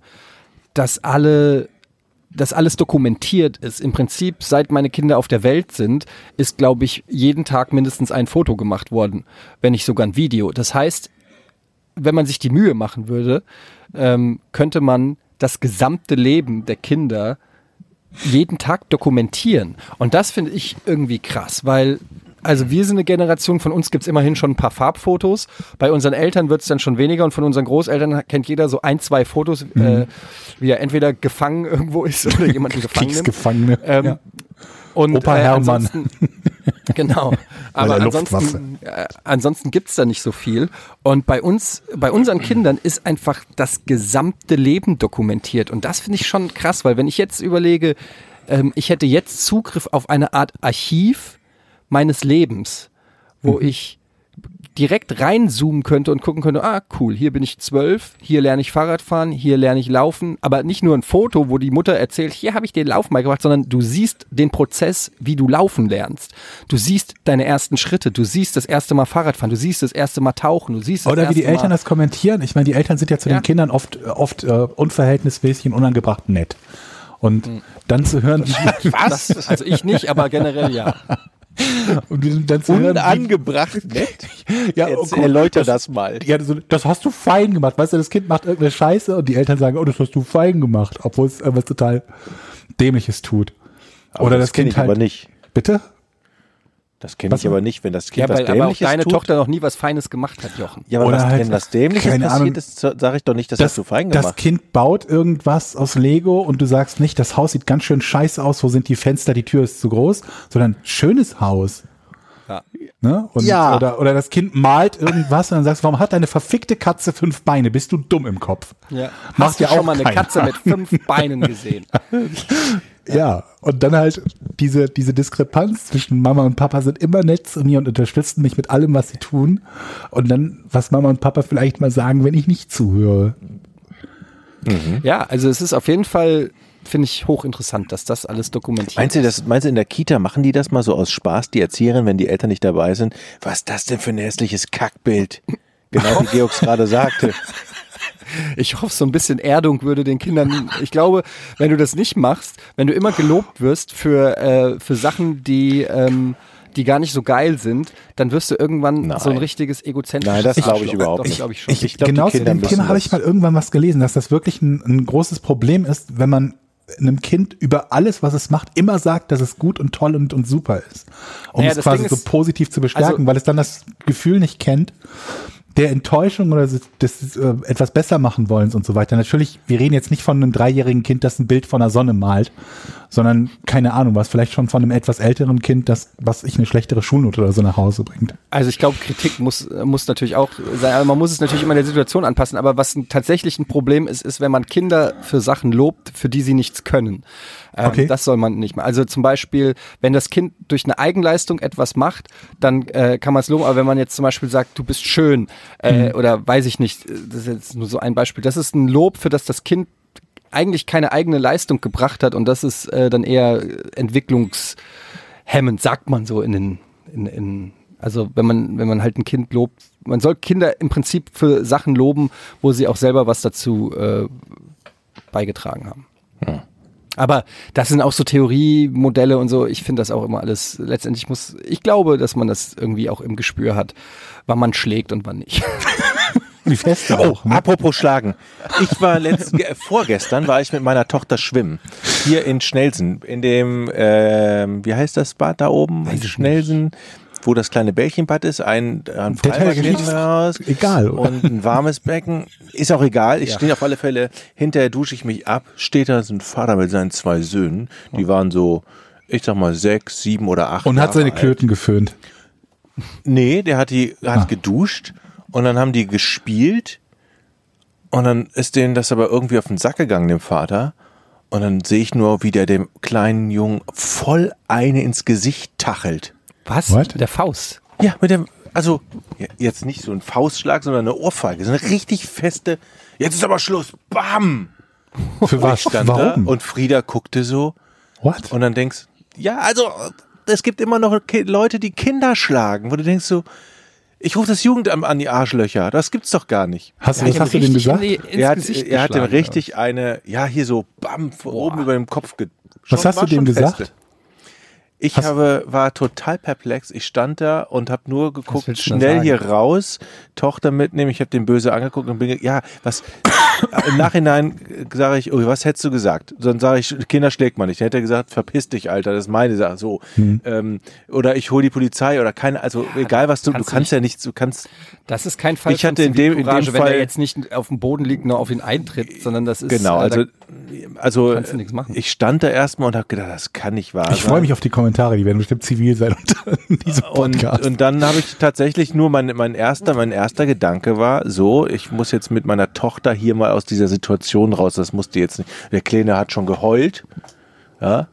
alles dokumentiert ist. Im Prinzip, seit meine Kinder auf der Welt sind, ist, glaube ich, jeden Tag mindestens ein Foto gemacht worden, wenn nicht sogar ein Video. Das heißt, wenn man sich die Mühe machen würde, könnte man das gesamte Leben der Kinder jeden Tag dokumentieren. Und das finde ich irgendwie krass, weil also wir sind eine Generation, von uns gibt es immerhin schon ein paar Farbfotos. Bei unseren Eltern wird es dann schon weniger und von unseren Großeltern kennt jeder so 1-2 Fotos, wie er entweder gefangen irgendwo ist oder jemanden gefangen nimmt.
Kriegsgefangene.
Und
Opa Hermann.
Genau. Aber ansonsten gibt es da nicht so viel. Und bei unseren Kindern ist einfach das gesamte Leben dokumentiert. Und das finde ich schon krass, weil wenn ich jetzt überlege, ich hätte jetzt Zugriff auf eine Art Archiv meines Lebens, wo ich direkt reinzoomen könnte und gucken könnte, cool, hier bin ich 12, hier lerne ich Fahrrad fahren, hier lerne ich laufen, aber nicht nur ein Foto, wo die Mutter erzählt, hier habe ich den Lauf mal gemacht, sondern du siehst den Prozess, wie du laufen lernst. Du siehst deine ersten Schritte, du siehst das erste Mal Fahrrad fahren, du siehst das erste Mal tauchen, du siehst das
oder wie die Eltern das kommentieren. Ich meine, die Eltern sind ja zu den Kindern oft unverhältnismäßig und unangebracht nett. Und dann zu hören,
was? Also ich nicht, aber generell ja.
Und dann zu hören,
unangebracht nett?
Ja,
erläuter das mal.
Ja, das hast du fein gemacht. Weißt du, das Kind macht irgendeine Scheiße und die Eltern sagen, das hast du fein gemacht, obwohl es irgendwas total Dämliches tut.
Aber
oder
das Kind halt. Aber nicht.
Bitte?
Das kenne ich aber nicht, wenn das Kind
was
Dämliches tut.
Aber auch deine Tochter noch nie was Feines gemacht hat, Jochen.
Ja, aber wenn was Dämliches passiert ist, sage ich doch nicht, das hast du fein gemacht.
Das Kind baut irgendwas aus Lego und du sagst nicht, das Haus sieht ganz schön scheiße aus, wo sind die Fenster, die Tür ist zu groß, sondern schönes Haus.
Ja.
Ne? Und, oder das Kind malt irgendwas und dann sagst du, warum hat deine verfickte Katze 5 Beine? Bist du dumm im Kopf?
Ja. Hast du schon mal eine Katze mit 5 Beinen gesehen?
Ja, und dann halt diese Diskrepanz zwischen Mama und Papa sind immer nett zu mir und unterstützen mich mit allem, was sie tun. Und dann, was Mama und Papa vielleicht mal sagen, wenn ich nicht zuhöre.
Mhm. Ja, also es ist auf jeden Fall, finde ich, hochinteressant, dass das alles dokumentiert
Meinst du, in der Kita machen die das mal so aus Spaß, die Erzieherin, wenn die Eltern nicht dabei sind? Was ist das denn für ein hässliches Kackbild? Genau wie Georg gerade sagte.
Ich hoffe, so ein bisschen Erdung würde den Kindern, ich glaube, wenn du das nicht machst, wenn du immer gelobt wirst für Sachen, die die gar nicht so geil sind, dann wirst du irgendwann so ein richtiges egozentrisches
Nein, das glaube ich überhaupt nicht.
Glaub ich schon.
Ich glaub,
genau
die
zu dem Thema habe ich mal irgendwann was gelesen, dass das wirklich ein großes Problem ist, wenn man einem Kind über alles, was es macht, immer sagt, dass es gut und toll und super ist. Um es quasi so positiv zu bestärken, weil es dann das Gefühl nicht kennt, der Enttäuschung oder des etwas besser machen wollens und so weiter. Natürlich, wir reden jetzt nicht von einem 3-jährigen Kind, das ein Bild von der Sonne malt, sondern, keine Ahnung, was vielleicht schon von einem etwas älteren Kind, was eine schlechtere Schulnote oder so nach Hause bringt.
Also ich glaube, Kritik muss natürlich auch sein, aber man muss es natürlich immer der Situation anpassen, aber was tatsächlich ein Problem ist, wenn man Kinder für Sachen lobt, für die sie nichts können. Okay. Das soll man nicht machen. Also zum Beispiel, wenn das Kind durch eine Eigenleistung etwas macht, dann kann man es loben, aber wenn man jetzt zum Beispiel sagt, du bist schön, oder weiß ich nicht, das ist jetzt nur so ein Beispiel, das ist ein Lob, für das Kind eigentlich keine eigene Leistung gebracht hat und das ist dann eher entwicklungshemmend, sagt man so also wenn man halt ein Kind lobt, man soll Kinder im Prinzip für Sachen loben, wo sie auch selber was dazu beigetragen haben. Ja. Aber das sind auch so Theoriemodelle und so, ich finde das auch immer alles, letztendlich ich glaube, dass man das irgendwie auch im Gespür hat, wann man schlägt und wann nicht.
Wie fest auch, ne?
Apropos Schlagen. Ich war vorgestern war ich mit meiner Tochter schwimmen. Hier in Schnelsen, in dem, wie heißt das Bad da oben? In Schnelsen, wo das kleine Bällchenbad ist, ein Freibad
egal, oder?
Und ein warmes Becken. Ist auch egal. Ich stehe auf alle Fälle, hinterher dusche ich mich ab, steht da so ein Vater mit seinen 2 Söhnen. Die waren so, ich sag mal 6, 7 oder 8
Und hat seine Klöten geföhnt.
Nee, der hat geduscht. Und dann haben die gespielt und dann ist denen das aber irgendwie auf den Sack gegangen, dem Vater. Und dann sehe ich nur, wie der dem kleinen Jungen voll eine ins Gesicht tachelt.
Was? Mit der Faust?
Ja, also jetzt nicht so ein Faustschlag, sondern eine Ohrfeige. So eine richtig feste, jetzt ist aber Schluss, bam!
Für was?
Warum? Und Frieda guckte so.
What?
Und dann denkst, ja, also es gibt immer noch Leute, die Kinder schlagen, wo du denkst so, ich rufe das Jugendamt an die Arschlöcher. Das gibt's doch gar nicht.
Was hast du dem gesagt?
Er hat dem richtig hier so bam, oben über dem Kopf.
Was hast du dem gesagt?
Ich war total perplex. Ich stand da und habe nur geguckt, schnell hier raus, Tochter mitnehmen. Ich habe den böse angeguckt und bin, was, im Nachhinein sage ich, was hättest du gesagt? Dann sage ich, Kinder schlägt man nicht. Dann hätte er gesagt, verpiss dich, Alter, das ist meine Sache, so. Oder ich hole die Polizei oder keine, also egal was du kannst ja nichts, du kannst.
Das ist kein Fall
ich hatte in dem
Fall,
wenn
er jetzt nicht auf dem Boden liegt, nur auf ihn eintritt, sondern das ist.
Genau, also
kannst du nichts machen.
Ich stand da erstmal und habe gedacht, das kann nicht wahr sein.
Ich freue mich auf die Kommentare, die werden bestimmt zivil sein unter diesem Podcast.
Und dann habe ich tatsächlich nur mein erster Gedanke war, so, ich muss jetzt mit meiner Tochter hier mal aus dieser Situation raus, das musste jetzt nicht. Der Kleine hat schon geheult. Ja.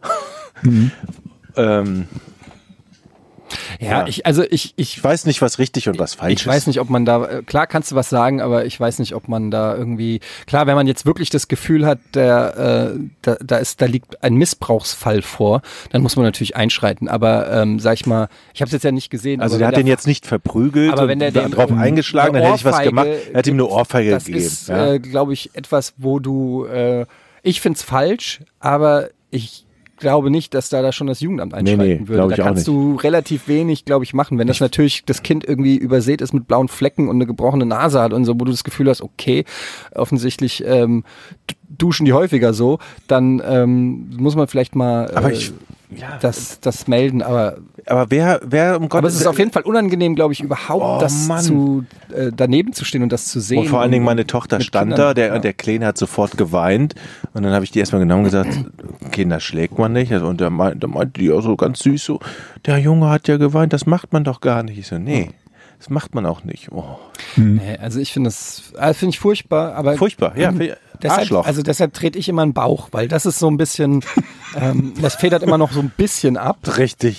Ja, ich
weiß nicht, was richtig und was falsch ist.
Ich weiß nicht, ob man da, klar kannst du was sagen, aber ich weiß nicht, ob man da irgendwie, klar, wenn man jetzt wirklich das Gefühl hat, da liegt ein Missbrauchsfall vor, dann muss man natürlich einschreiten, aber sag ich mal, ich habe es jetzt ja nicht gesehen.
Also der hat den jetzt nicht verprügelt,
aber wenn der
drauf eingeschlagen, dann hätte ich was gemacht. Er hat ihm eine Ohrfeige gegeben.
Das ist, glaube ich, etwas, wo du, ich find's falsch, aber ich glaube nicht, dass da schon das Jugendamt einschreiten würde. Da kannst du relativ wenig, glaube ich, machen. Wenn das natürlich das Kind irgendwie übersät ist mit blauen Flecken und eine gebrochene Nase hat und so, wo du das Gefühl hast, okay, offensichtlich duschen die häufiger so, dann muss man vielleicht mal das melden. Aber
wer um Gottes
Aber es ist auf jeden Fall unangenehm, glaube ich, überhaupt daneben zu stehen und das zu sehen.
Und vor allen Dingen meine Tochter stand da, der Kleine hat sofort geweint und dann habe ich die erstmal genommen und gesagt, Kinder schlägt man nicht. Und da meinte die auch so ganz süß so, der Junge hat ja geweint, das macht man doch gar nicht. Ich so, nee. Das macht man auch nicht. Oh.
Nee, also ich finde das finde ich furchtbar. Aber
furchtbar, ja.
Deshalb trete ich immer einen Bauch, weil das ist so ein bisschen, das federt immer noch so ein bisschen ab.
Richtig.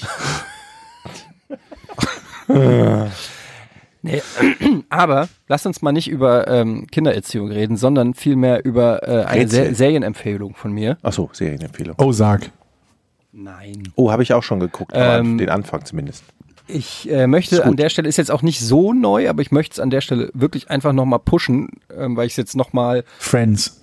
Nee, aber lass uns mal nicht über Kindererziehung reden, sondern vielmehr über eine Serienempfehlung von mir.
Achso, Serienempfehlung.
Oh, sag.
Nein.
Oh, habe ich auch schon geguckt, aber den Anfang zumindest.
Ich möchte an der Stelle, ist jetzt auch nicht so neu, aber ich möchte es an der Stelle wirklich einfach nochmal pushen, weil ich es jetzt nochmal...
Friends.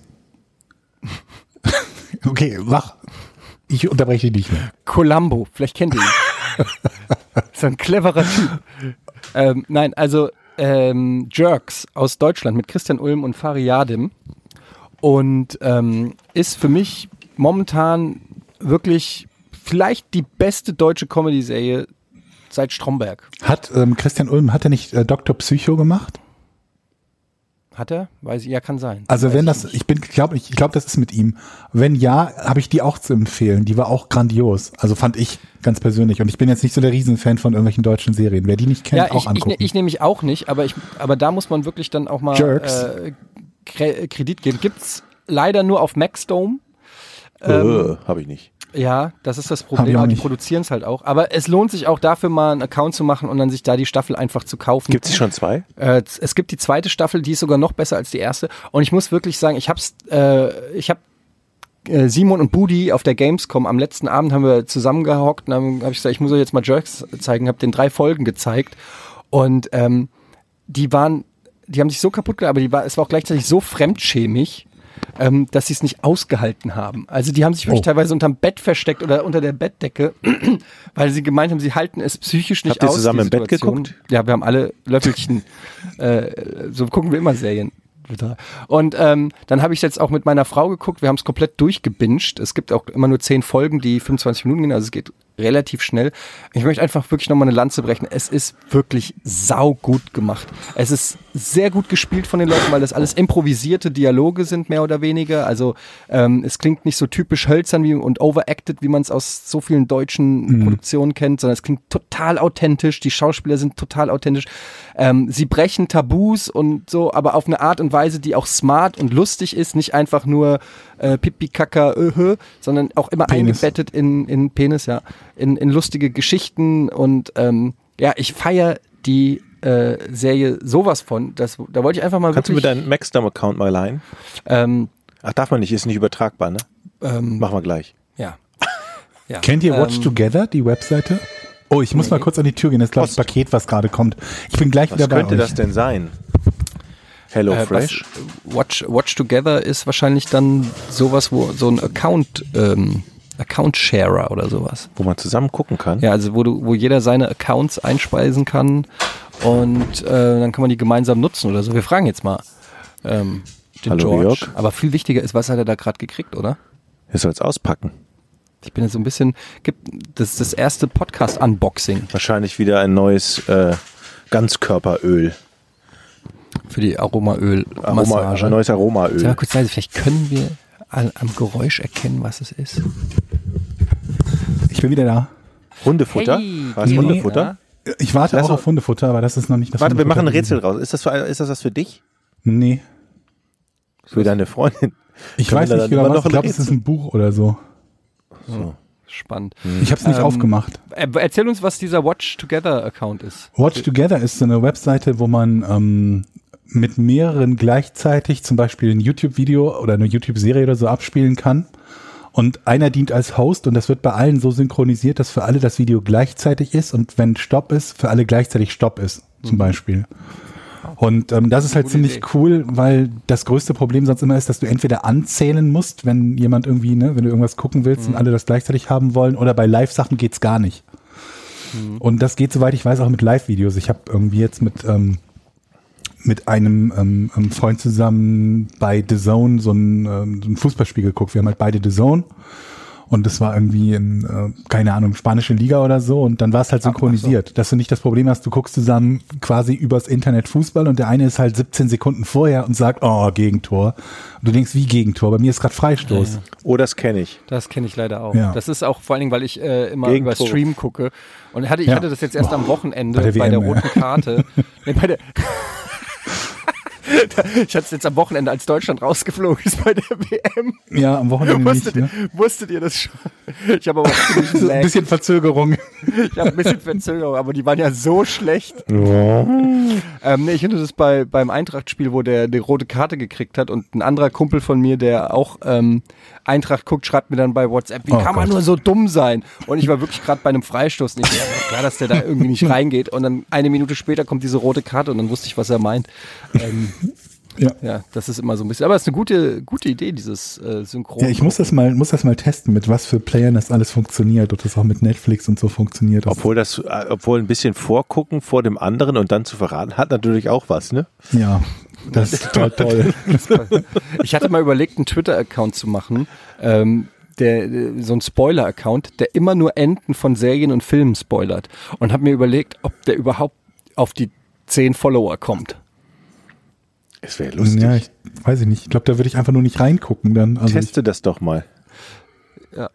Okay, mach. Ich unterbreche dich nicht mehr.
Columbo, vielleicht kennt ihr ihn. ist ein cleverer Typ. Nein, also Jerks aus Deutschland mit Christian Ulm und Fari Yadim und ist für mich momentan wirklich vielleicht die beste deutsche Comedy-Serie seit Stromberg.
Hat Christian Ulm, hat er nicht Dr. Psycho gemacht?
Hat er? Weiß ich, ja, kann sein.
Also wenn das, ich glaube, das ist mit ihm. Wenn ja, habe ich die auch zu empfehlen. Die war auch grandios. Also fand ich ganz persönlich. Und ich bin jetzt nicht so der Riesenfan von irgendwelchen deutschen Serien. Wer die nicht kennt, auch angucken.
Ich nämlich auch nicht, aber da muss man wirklich dann auch mal Kredit geben. Gibt's leider nur auf Maxdome.
Habe ich nicht.
Ja, das ist das Problem, aber die produzieren es halt auch. Aber es lohnt sich auch dafür mal einen Account zu machen und dann sich da die Staffel einfach zu kaufen.
Gibt es schon 2?
Es gibt die zweite Staffel, die ist sogar noch besser als die erste. Und ich muss wirklich sagen, ich habe Simon und Budi auf der Gamescom am letzten Abend haben wir zusammengehockt und dann habe ich gesagt, ich muss euch jetzt mal Jerks zeigen, habe den 3 Folgen gezeigt und die haben sich so kaputt gemacht, aber es war auch gleichzeitig so fremdschämig, dass sie es nicht ausgehalten haben. Also die haben sich wirklich teilweise unterm Bett versteckt oder unter der Bettdecke, weil sie gemeint haben, sie halten es psychisch nicht aus.
Habt ihr zusammen im Bett geguckt?
Ja, wir haben alle Löffelchen, so gucken wir immer Serien. Und dann habe ich es jetzt auch mit meiner Frau geguckt, wir haben es komplett durchgebinged. Es gibt auch immer nur 10 Folgen, die 25 Minuten gehen, also es geht relativ schnell. Ich möchte einfach wirklich nochmal eine Lanze brechen. Es ist wirklich saugut gemacht. Es ist sehr gut gespielt von den Leuten, weil das alles improvisierte Dialoge sind, mehr oder weniger. Also es klingt nicht so typisch hölzern und overacted, wie man es aus so vielen deutschen Produktionen kennt, sondern es klingt total authentisch. Die Schauspieler sind total authentisch. Sie brechen Tabus und so, aber auf eine Art und Weise, die auch smart und lustig ist. Nicht einfach nur Pipi, Kaka, sondern auch immer
Penis.
eingebettet in Penis, ja. In lustige Geschichten und ich feiere die Serie sowas von, da wollte ich einfach mal
Kannst
wirklich...
du mir deinen Maxdome-Account mal leihen? Ach, darf man nicht, ist nicht übertragbar, ne? Machen wir gleich.
Ja.
Kennt ihr Watch Together, die Webseite? Oh, ich muss mal kurz an die Tür gehen, das ist glaube ich das Paket, was gerade kommt. Ich bin gleich wieder bei euch.
Was könnte das denn sein? Hello Fresh?
Watch Together ist wahrscheinlich dann sowas, wo so ein Account-Sharer oder sowas.
Wo man zusammen gucken kann?
Ja, also wo jeder seine Accounts einspeisen kann und dann kann man die gemeinsam nutzen oder so. Wir fragen jetzt mal den
Hallo
George.
Jörg.
Aber viel wichtiger ist, was hat er da gerade gekriegt, oder?
Er soll es auspacken.
Ich bin jetzt so ein bisschen, das ist das erste Podcast-Unboxing.
Wahrscheinlich wieder ein neues Ganzkörperöl.
Für die Aromaöl-Massage.
Ein neues Aromaöl.
Sag mal kurz leise, vielleicht können wir am Geräusch erkennen, was es ist.
Ich bin wieder da.
Hundefutter?
Hey,
War es
nee.
Hundefutter?
Ich warte
Lass
auch auf Hundefutter, aber das ist noch nicht das
Warte, wir
Hundefutter
machen ein Rätsel
gewesen.
raus. Ist das was für dich?
Nee.
Für deine Freundin?
Ich
Können
weiß
wir
nicht
dann
genau
immer
was.
noch
Ich glaube,
ein
es ist ein Buch oder so.
So.
Spannend.
Ich habe es nicht aufgemacht.
Erzähl uns, was dieser Watch Together Account ist.
Watch Together ist so eine Webseite, wo man mit mehreren gleichzeitig zum Beispiel ein YouTube-Video oder eine YouTube-Serie oder so abspielen kann. Und einer dient als Host und das wird bei allen so synchronisiert, dass für alle das Video gleichzeitig ist und wenn Stopp ist, für alle gleichzeitig Stopp ist, zum Beispiel. Und das ist halt ziemlich cool, weil das größte Problem sonst immer ist, dass du entweder anzählen musst, wenn jemand irgendwie, ne, wenn du irgendwas gucken willst und alle das gleichzeitig haben wollen, oder bei Live-Sachen geht's gar nicht. Und das geht, soweit ich weiß, auch mit Live-Videos. Ich habe irgendwie jetzt mit einem Freund zusammen bei The Zone so ein Fußballspiel geguckt. Wir haben halt beide The Zone und das war irgendwie in, keine Ahnung, spanische Liga oder so und dann war es halt synchronisiert, dass du nicht das Problem hast, du guckst zusammen quasi übers Internet Fußball und der eine ist halt 17 Sekunden vorher und sagt, oh, Gegentor. Und du denkst, wie Gegentor? Bei mir ist gerade Freistoß.
Ja.
Oh, das kenne ich.
Das kenne ich leider auch.
Ja.
Das ist auch vor allen Dingen, weil ich immer
Gegentor.
über Stream gucke und ich hatte das jetzt erst am Wochenende
bei der WM,
roten Karte. Nee, ich hatte es jetzt am Wochenende, als Deutschland rausgeflogen ist bei der WM.
Ja, am Wochenende nicht. Ne?
Wusstet ihr das schon? Ich habe aber auch ziemlich
So ein bisschen Verzögerung.
Ich habe ein bisschen Verzögerung, aber die waren ja so schlecht.
Ja.
Ich finde das beim Eintracht-Spiel, wo der die rote Karte gekriegt hat und ein anderer Kumpel von mir, der auch Eintracht guckt, schreibt mir dann bei WhatsApp, wie kann man nur so dumm sein? Und ich war wirklich gerade bei einem Freistoß nicht. Ja, klar, dass der da irgendwie nicht reingeht. Und dann eine Minute später kommt diese rote Karte und dann wusste ich, was er meint. Ja, das ist immer so ein bisschen. Aber es ist eine gute Idee, dieses Synchron.
Ja, ich muss das mal testen, mit was für Playern das alles funktioniert, ob das auch mit Netflix und so funktioniert.
Obwohl ein bisschen vorgucken vor dem anderen und dann zu verraten, hat natürlich auch was, ne?
Ja, das ist total toll.
Ich hatte mal überlegt, einen Twitter-Account zu machen, so ein Spoiler-Account, der immer nur Enden von Serien und Filmen spoilert. Und habe mir überlegt, ob der überhaupt auf die 10 Follower kommt.
Es wäre lustig.
Ja, weiß ich nicht. Ich glaube, da würde ich einfach nur nicht reingucken dann. Also
Teste das doch mal.
Ja,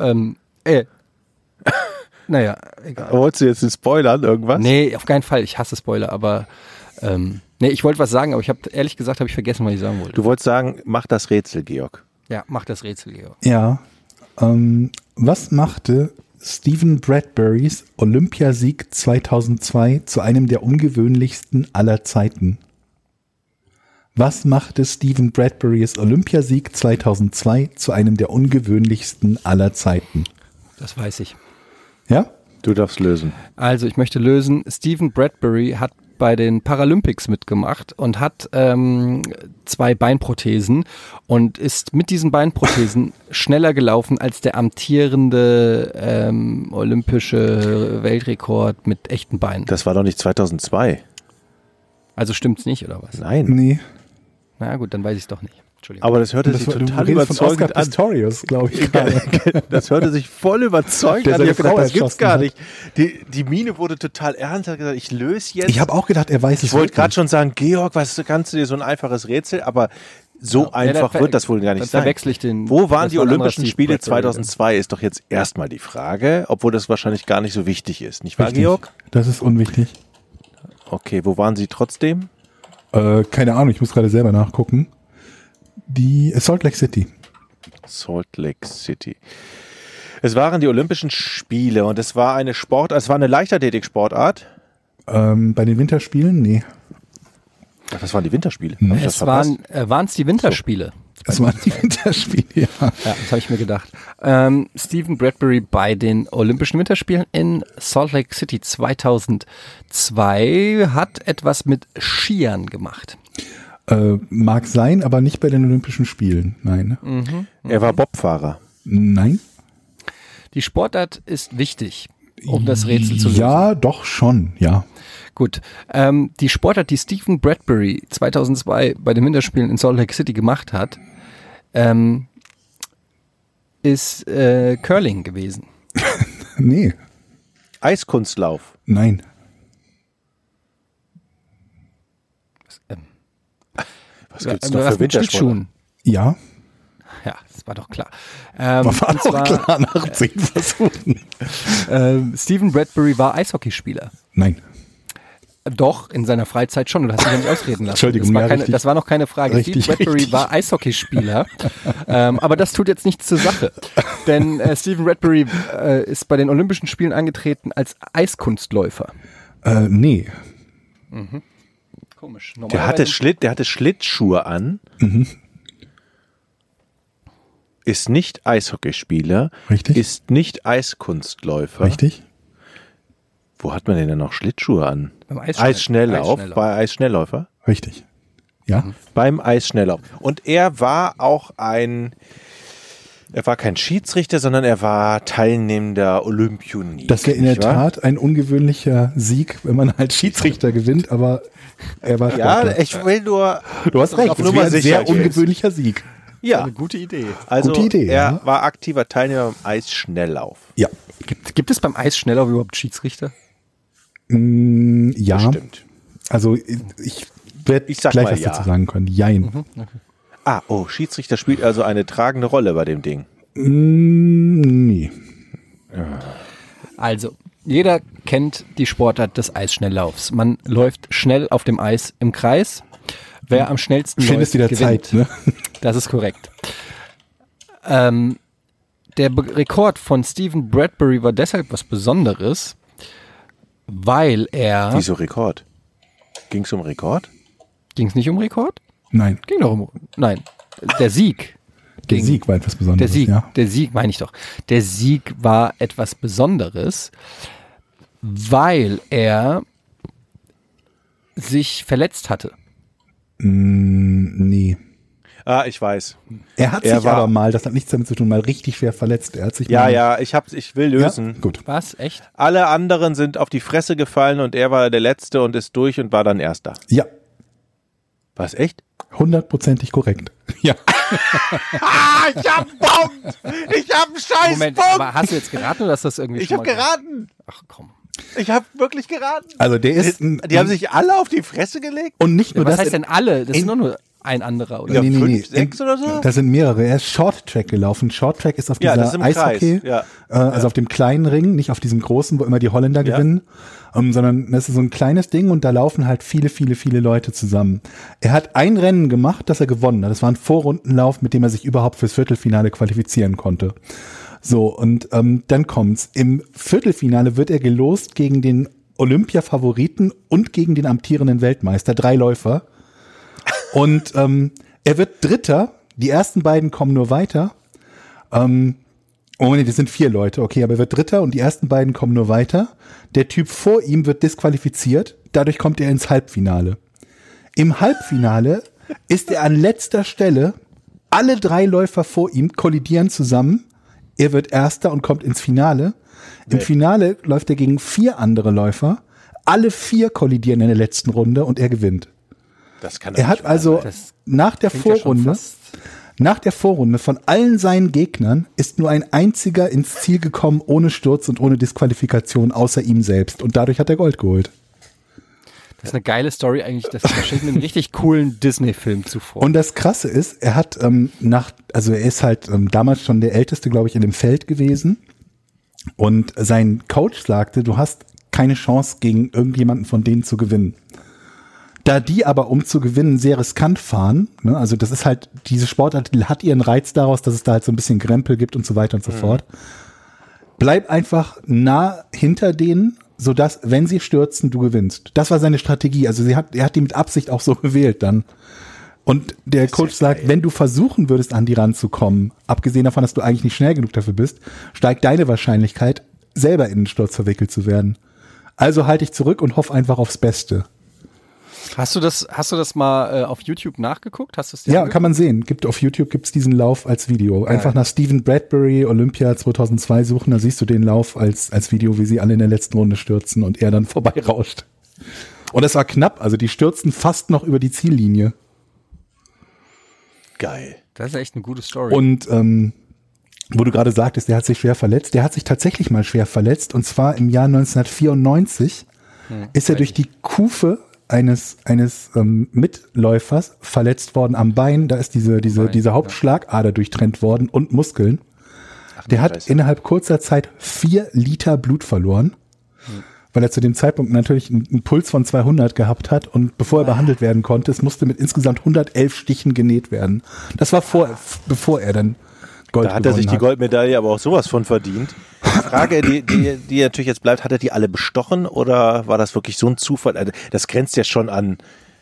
naja, egal.
Wolltest du jetzt den Spoilern irgendwas?
Nee, auf keinen Fall. Ich hasse Spoiler, aber ich wollte was sagen, aber ehrlich gesagt, habe ich vergessen, was ich sagen wollte.
Du wolltest sagen, mach das Rätsel, Georg.
Ja, mach das Rätsel, Georg.
Ja. Was machte Stephen Bradburys Olympiasieg 2002 zu einem der ungewöhnlichsten aller Zeiten? Was machte Stephen Bradburys Olympiasieg 2002 zu einem der ungewöhnlichsten aller Zeiten?
Das weiß ich.
Ja?
Du darfst lösen.
Also, ich möchte lösen. Stephen Bradbury hat bei den Paralympics mitgemacht und hat 2 Beinprothesen und ist mit diesen Beinprothesen schneller gelaufen als der amtierende olympische Weltrekord mit echten Beinen.
Das war doch nicht 2002.
Also stimmt's nicht, oder was?
Nein.
Nee.
Na gut, dann weiß ich es doch nicht. Entschuldigung.
Aber das hörte sich total überzeugend an.
Pistorius, glaube ich.
Das hörte sich voll überzeugend an. Ich habe gedacht, das gibt's gar nicht. Die Mine wurde total ernst. Hat gesagt, ich löse jetzt.
Ich habe auch gedacht, er weiß es.
Ich wollte gerade schon sagen, Georg, was kannst du dir so ein einfaches Rätsel? Aber so einfach wird das wohl gar nicht sein.
Verwechsel ich den.
Wo waren die Olympischen Spiele 2002? Ist doch jetzt erstmal die Frage, obwohl das wahrscheinlich gar nicht so wichtig ist. Nicht wahr,
Richtig.
Georg?
Das ist unwichtig.
Okay, wo waren sie trotzdem?
Keine Ahnung, ich muss gerade selber nachgucken. Die Salt Lake City.
Salt Lake City. Es waren die Olympischen Spiele und es war eine Leichtathletik-Sportart.
Bei den Winterspielen? Nee.
Ach, das waren die Winterspiele.
Waren es die Winterspiele?
Es waren die Winterspiele, ja.
Ja, das habe ich mir gedacht. Stephen Bradbury bei den Olympischen Winterspielen in Salt Lake City 2002 hat etwas mit Skiern gemacht.
Mag sein, aber nicht bei den Olympischen Spielen. Nein.
Er war Bobfahrer.
Nein.
Die Sportart ist wichtig, um das Rätsel zu lösen.
Ja, doch schon, ja.
Gut. Die Sportart, die Stephen Bradbury 2002 bei den Winterspielen in Salt Lake City gemacht hat, ist Curling gewesen.
Nee.
Eiskunstlauf.
Nein.
Was gibt's noch für Wintersport?
Ja.
Ja, das war doch klar.
War doch klar nach 10 Versuchen.
Stephen Bradbury war Eishockeyspieler.
Nein.
Doch, in seiner Freizeit schon. Du hast dich ja nicht ausreden lassen.
Entschuldigung,
das war noch keine Frage. Stephen Bradbury war Eishockeyspieler, aber das tut jetzt nichts zur Sache. Denn Stephen Bradbury ist bei den Olympischen Spielen angetreten als Eiskunstläufer.
Nee.
Mhm. Komisch.
Der hatte Schlittschuhe an.
Mhm.
Ist nicht Eishockeyspieler.
Richtig.
Ist nicht Eiskunstläufer.
Richtig.
Wo hat man denn noch Schlittschuhe an?
Beim
Eisschnelllauf. Bei Eisschnellläufer?
Richtig. Ja.
Beim Eisschnelllauf. Und er war kein Schiedsrichter, sondern er war teilnehmender Olympionik.
Das wäre in der Tat ein ungewöhnlicher Sieg, wenn man als Schiedsrichter gewinnt, aber er war
Ja, ich will nur.
Du hast recht, das wäre ein sehr ungewöhnlicher Sieg.
Ja.
Eine gute Idee.
Also
gute Idee,
er war aktiver Teilnehmer beim Eisschnelllauf.
Ja.
Gibt es beim Eisschnelllauf überhaupt Schiedsrichter?
Ja.
Bestimmt.
Also ich werde gleich
mal
was dazu sagen können. Jein.
Okay. Schiedsrichter spielt also eine tragende Rolle bei dem Ding.
Nee.
Also, jeder kennt die Sportart des Eisschnelllaufs. Man läuft schnell auf dem Eis im Kreis. Wer am schnellsten läuft,
ist wieder
gewinnt.
Zeit, ne?
Das ist korrekt. Der Rekord von Stephen Bradbury war deshalb was Besonderes, weil er...
Wieso Rekord? Ging es um Rekord?
Ging es nicht um Rekord?
Nein.
Ging doch um... Nein, der Sieg.
Der Sieg war etwas Besonderes.
Der Sieg meine ich doch. Der Sieg war etwas Besonderes, weil er sich verletzt hatte.
Nee.
Ah, ich weiß.
Er hat sich aber mal, das hat nichts damit zu tun, mal richtig schwer verletzt. Er hat sich
ich will lösen.
Ja? Gut.
Was? Echt?
Alle anderen sind auf die Fresse gefallen und er war der Letzte und ist durch und war dann Erster.
Ja.
Was, echt?
100%ig korrekt. Ja.
Ich hab einen Punkt! Ich hab einen scheiß
Moment,
Punkt!
aber hast du jetzt geraten oder hast du das irgendwie
Ich hab geraten!
Ach komm.
Ich hab wirklich geraten.
Also der ist...
Die haben sich alle auf die Fresse gelegt?
Und nicht nur
Was
das...
heißt denn alle? Das ist nur ein anderer, oder?
Ja,
Nee.
5, 6 oder so?
Das sind mehrere. Er ist Short-Track gelaufen. Short-Track ist auf dieser
das ist im
Eishockey,
Kreis.
also auf dem kleinen Ring, nicht auf diesem großen, wo immer die Holländer gewinnen, sondern das ist so ein kleines Ding und da laufen halt viele Leute zusammen. Er hat ein Rennen gemacht, das er gewonnen hat. Das war ein Vorrundenlauf, mit dem er sich überhaupt fürs Viertelfinale qualifizieren konnte. So, und dann kommt's. Im Viertelfinale wird er gelost gegen den Olympia-Favoriten und gegen den amtierenden Weltmeister, 3 Läufer. Und er wird Dritter. Die ersten beiden kommen nur weiter. Das sind 4 Leute. Okay, aber er wird Dritter und die ersten beiden kommen nur weiter. Der Typ vor ihm wird disqualifiziert. Dadurch kommt er ins Halbfinale. Im Halbfinale ist er an letzter Stelle. Alle 3 Läufer vor ihm kollidieren zusammen. Er wird Erster und kommt ins Finale. Im Finale läuft er gegen 4 andere Läufer. Alle 4 kollidieren in der letzten Runde und er gewinnt.
Das kann
Er hat also nach der Vorrunde von allen seinen Gegnern ist nur ein einziger ins Ziel gekommen, ohne Sturz und ohne Disqualifikation, außer ihm selbst. Und dadurch hat er Gold geholt.
Das ist eine geile Story eigentlich. Das stellt mir einen richtig coolen Disney-Film zuvor.
Und das Krasse ist, er hat er ist halt damals schon der Älteste, glaube ich, in dem Feld gewesen. Und sein Coach sagte, du hast keine Chance, gegen irgendjemanden von denen zu gewinnen. Da die aber, um zu gewinnen, sehr riskant fahren, ne, also das ist halt, diese Sportart hat ihren Reiz daraus, dass es da halt so ein bisschen Grempel gibt und so weiter und so fort. Bleib einfach nah hinter denen, sodass, wenn sie stürzen, du gewinnst. Das war seine Strategie. Also er hat die mit Absicht auch so gewählt dann. Und der Coach sagt, wenn du versuchen würdest, an die ranzukommen, abgesehen davon, dass du eigentlich nicht schnell genug dafür bist, steigt deine Wahrscheinlichkeit, selber in den Sturz verwickelt zu werden. Also halte ich zurück und hoff einfach aufs Beste.
Hast du das mal auf YouTube nachgeguckt?
Kann man sehen. Auf YouTube gibt's diesen Lauf als Video. Einfach nach Stephen Bradbury Olympia 2002 suchen, da siehst du den Lauf als Video, wie sie alle in der letzten Runde stürzen und er dann vorbeirauscht. Und es war knapp, also die stürzten fast noch über die Ziellinie.
Geil.
Das ist echt eine gute Story.
Und wo du gerade sagtest, der hat sich schwer verletzt, der hat sich tatsächlich mal schwer verletzt und zwar im Jahr 1994 ist er durch die Kufe eines Mitläufers verletzt worden am Bein. Da ist diese Hauptschlagader durchtrennt worden und Muskeln. Der hat innerhalb kurzer Zeit 4 Liter Blut verloren, weil er zu dem Zeitpunkt natürlich einen Puls von 200 gehabt hat und bevor er behandelt werden konnte, es musste mit insgesamt 111 Stichen genäht werden. Das war bevor er dann Gold gewonnen hat.
Da hat er sich die Goldmedaille aber auch sowas von verdient. Frage, die natürlich jetzt bleibt, hat er die alle bestochen oder war das wirklich so ein Zufall? Also, das grenzt ja schon an,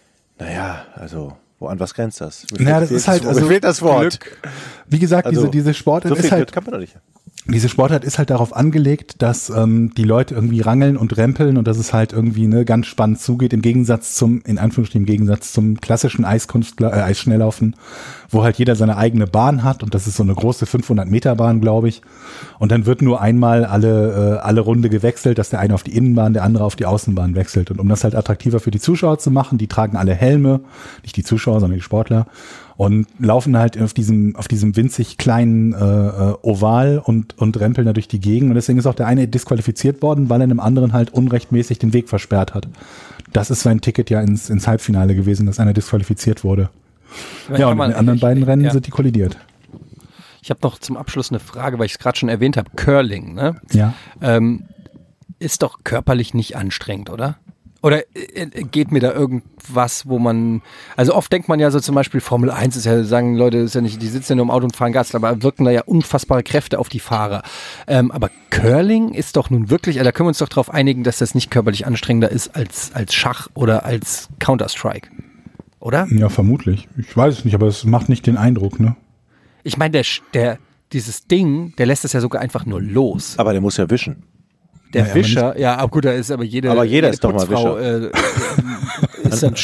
was grenzt das?
Das ist halt,
mir fehlt das Wort.
Glück. Wie gesagt, diese Sportart
so
ist halt,
kann man doch nicht.
Diese Sportart ist halt darauf angelegt, dass die Leute irgendwie rangeln und rempeln und dass es halt irgendwie ganz spannend zugeht, im Gegensatz zum klassischen Eisschnelllaufen, wo halt jeder seine eigene Bahn hat und das ist so eine große 500-Meter-Bahn, glaube ich. Und dann wird nur einmal alle Runde gewechselt, dass der eine auf die Innenbahn, der andere auf die Außenbahn wechselt. Und um das halt attraktiver für die Zuschauer zu machen, die tragen alle Helme, nicht die Zuschauer, sondern die Sportler. Und laufen halt auf diesem winzig kleinen Oval und rempeln da durch die Gegend. Und deswegen ist auch der eine disqualifiziert worden, weil er einem anderen halt unrechtmäßig den Weg versperrt hat. Das ist sein Ticket ja ins Halbfinale gewesen, dass einer disqualifiziert wurde. Ja, und in den anderen beiden Rennen sind die kollidiert.
Ich habe noch zum Abschluss eine Frage, weil ich es gerade schon erwähnt habe. Curling, ne?
Ja.
Ist doch körperlich nicht anstrengend, oder? Oder geht mir da irgendwas, wo man, also oft denkt man ja so zum Beispiel Formel 1 ist ja, sagen Leute, ist ja nicht, die sitzen ja nur im Auto und fahren Gas, aber wirken da ja unfassbare Kräfte auf die Fahrer. Aber Curling ist doch nun wirklich, da können wir uns doch darauf einigen, dass das nicht körperlich anstrengender ist als Schach oder als Counter-Strike. Oder?
Ja, vermutlich. Ich weiß es nicht, aber es macht nicht den Eindruck, ne?
Ich meine, dieses Ding, der lässt es ja sogar einfach nur los.
Aber der muss ja wischen.
Der Wischer, ja, gut, da ist aber jede
ist doch mal
Putzfrau, ist dann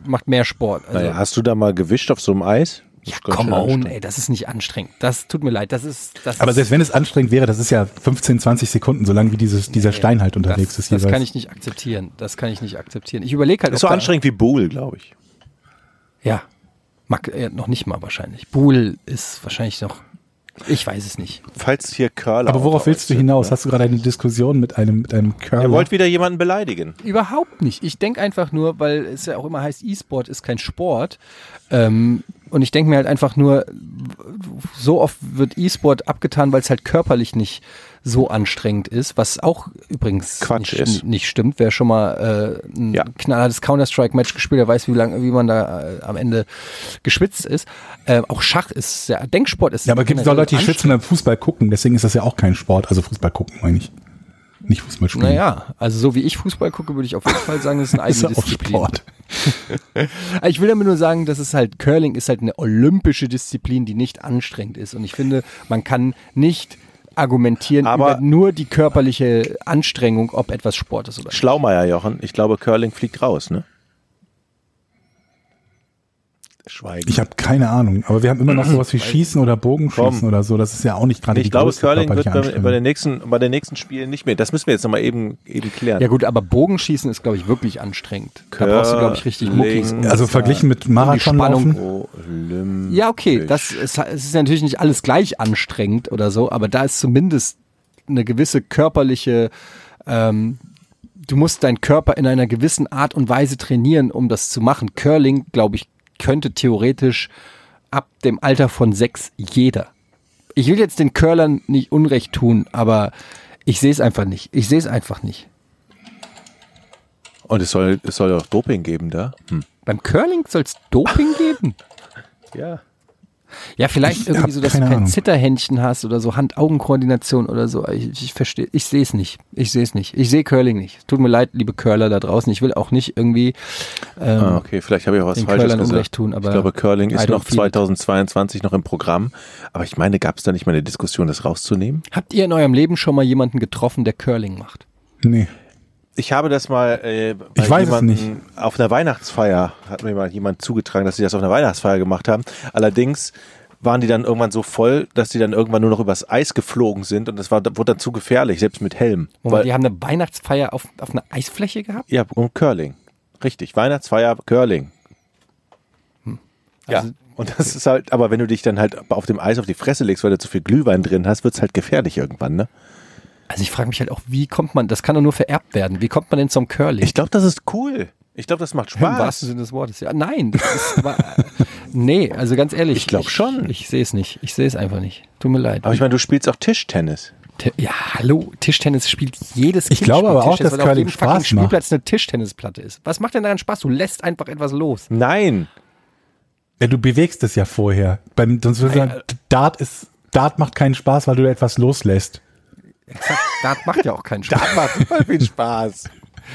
macht mehr Sport. Also,
naja, hast du da mal gewischt auf so einem Eis?
ja, come on, ey, das ist nicht anstrengend. Das tut mir leid,
Aber selbst wenn es anstrengend wäre, das ist ja 15, 20 Sekunden, so lang wie dieser Stein halt unterwegs ist.
Das kann ich nicht akzeptieren. Ich überlege halt.
Das ist so anstrengend wie Bowl, glaube ich.
Ja, noch nicht mal wahrscheinlich. Bowl ist wahrscheinlich noch, ich weiß es nicht.
Falls hier Curler.
Aber worauf willst du hinaus? Hast du gerade eine Diskussion mit einem Curler?
Ihr wollt wieder jemanden beleidigen.
Überhaupt nicht. Ich denke einfach nur, weil es ja auch immer heißt, E-Sport ist kein Sport. Und ich denke mir halt einfach nur, so oft wird E-Sport abgetan, weil es halt körperlich nicht so anstrengend ist, was auch übrigens nicht stimmt. Wer schon mal ein knallhartes Counter-Strike-Match gespielt hat, weiß, wie man da am Ende geschwitzt ist. Auch Schach ist Denksport ist.
Ja, aber gibt es auch Leute, die schwitzen beim Fußball gucken, deswegen ist das ja auch kein Sport. Also Fußball gucken meine ich. Nicht Fußball spielen.
Naja, also so wie ich Fußball gucke, würde ich auf jeden Fall sagen, das ist eine eigene Disziplin.
Sport.
Ich will damit nur sagen, dass es halt, Curling ist halt eine olympische Disziplin, die nicht anstrengend ist. Und ich finde, man kann nicht argumentieren über nur die körperliche Anstrengung, ob etwas Sport ist oder nicht.
Schlaumeier, Jochen, ich glaube, Curling fliegt raus, ne? Schweigen.
Ich habe keine Ahnung, aber wir haben immer noch sowas wie Schießen oder Bogenschießen oder so. Das ist ja auch nicht gerade die größte körperliche Anstrengung. Ich glaube, Curling wird bei den nächsten Spielen nicht mehr. Das müssen wir jetzt nochmal eben klären.
Ja gut, aber Bogenschießen ist, glaube ich, wirklich anstrengend. Da brauchst du, glaube ich, richtig Muckis.
Also verglichen mit Marathonlaufen.
Ja, okay, es ist natürlich nicht alles gleich anstrengend oder so, aber da ist zumindest eine gewisse körperliche, du musst deinen Körper in einer gewissen Art und Weise trainieren, um das zu machen. Curling, glaube ich, könnte theoretisch ab dem Alter von 6 jeder. Ich will jetzt den Curlern nicht Unrecht tun, aber ich sehe es einfach nicht.
Und es soll auch Doping geben da?
Beim Curling soll es Doping geben?
Ja.
Ja, vielleicht irgendwie so, dass du kein Zitterhändchen hast oder so Hand-Augen-Koordination oder so. Ich verstehe, ich sehe es nicht. Ich sehe Curling nicht. Tut mir leid, liebe Curler da draußen. Ich will auch nicht irgendwie
okay, vielleicht habe ich auch was Falsches gesagt.
Tun, aber
ich glaube, Curling ist noch 2022 noch im Programm. Aber ich meine, gab es da nicht mal eine Diskussion, das rauszunehmen?
Habt ihr in eurem Leben schon mal jemanden getroffen, der Curling macht?
Nee.
Ich habe das mal
ich weiß es nicht.
Auf einer Weihnachtsfeier, hat mir mal jemand zugetragen, dass sie das auf einer Weihnachtsfeier gemacht haben. Allerdings waren die dann irgendwann so voll, dass die dann irgendwann nur noch übers Eis geflogen sind und wurde dann zu gefährlich, selbst mit Helm.
Die haben eine Weihnachtsfeier auf einer Eisfläche gehabt?
Ja, und Curling. Richtig, Weihnachtsfeier, Curling.
Also,
ja, und das ist halt, aber wenn du dich dann halt auf dem Eis auf die Fresse legst, weil du zu viel Glühwein drin hast, wird's halt gefährlich irgendwann, ne?
Also ich frage mich halt auch, wie kommt man, das kann doch nur vererbt werden, wie kommt man denn zum Curling?
Ich glaube, das ist cool. Ich glaube, das macht Spaß.
Im wahrsten Sinne des Wortes, ja. Nein, das ist, nee, also ganz ehrlich.
Ich glaube schon.
Ich sehe es nicht. Ich sehe es einfach nicht. Tut mir leid.
Aber ich meine, du spielst auch Tischtennis.
Ja, hallo, Tischtennis spielt jedes
Kind. Ich glaube aber auch, dass Curling Spaß macht.
Spielplatz eine Tischtennisplatte ist. Was macht denn daran Spaß? Du lässt einfach etwas los.
Nein.
Ja, du bewegst es ja vorher. Sonst würde sagen, Dart macht keinen Spaß, weil du etwas loslässt.
Exakt, Dart macht ja auch keinen Spaß.
Dart macht super viel Spaß.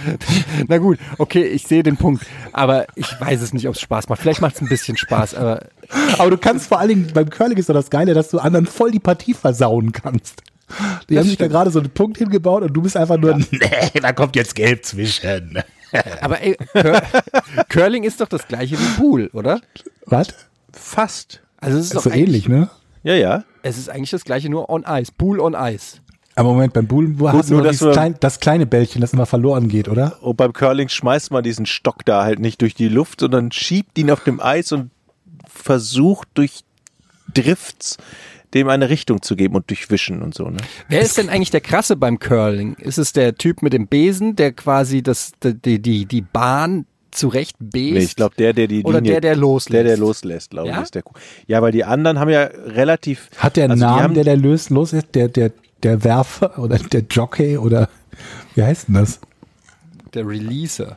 Na gut, okay, ich sehe den Punkt, aber ich weiß es nicht, ob es Spaß macht. Vielleicht macht es ein bisschen Spaß, aber
du kannst vor allen Dingen, beim Curling ist doch das Geile, dass du anderen voll die Partie versauen kannst. Die haben sich da gerade so einen Punkt hingebaut und du bist einfach nur, nee, da kommt jetzt Gelb zwischen.
Aber ey, Curling ist doch das gleiche wie Pool, oder?
Was?
Fast.
Also es ist doch
so ähnlich, ne?
Ja, ja.
Es ist eigentlich das gleiche, nur on Ice. Pool on Ice.
Aber Moment, beim Bull hast du nur das kleine Bällchen, das immer verloren geht, oder?
Und beim Curling schmeißt man diesen Stock da halt nicht durch die Luft, sondern schiebt ihn auf dem Eis und versucht durch Drifts dem eine Richtung zu geben und durchwischen und so. Ne?
Wer ist denn eigentlich der Krasse beim Curling? Ist es der Typ mit dem Besen, der quasi die Bahn zurecht best?
Nee, ich glaube, der die
oder
Linie,
der loslässt.
Der loslässt, glaube ich, ist der cool. Ja, weil die anderen haben ja relativ...
Hat der einen Namen, der loslässt? Der Werfer oder der Jockey oder wie heißt denn das?
Der Releaser.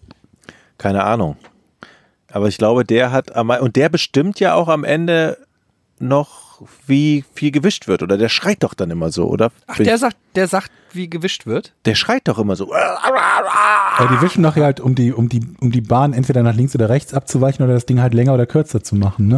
Keine Ahnung. Aber ich glaube, und der bestimmt ja auch am Ende noch, wie viel gewischt wird. Oder der schreit doch dann immer so, oder?
Ach, der sagt, wie gewischt wird?
Der schreit doch immer so.
Aber die wischen nachher halt, um die Bahn entweder nach links oder rechts abzuweichen oder das Ding halt länger oder kürzer zu machen, ne?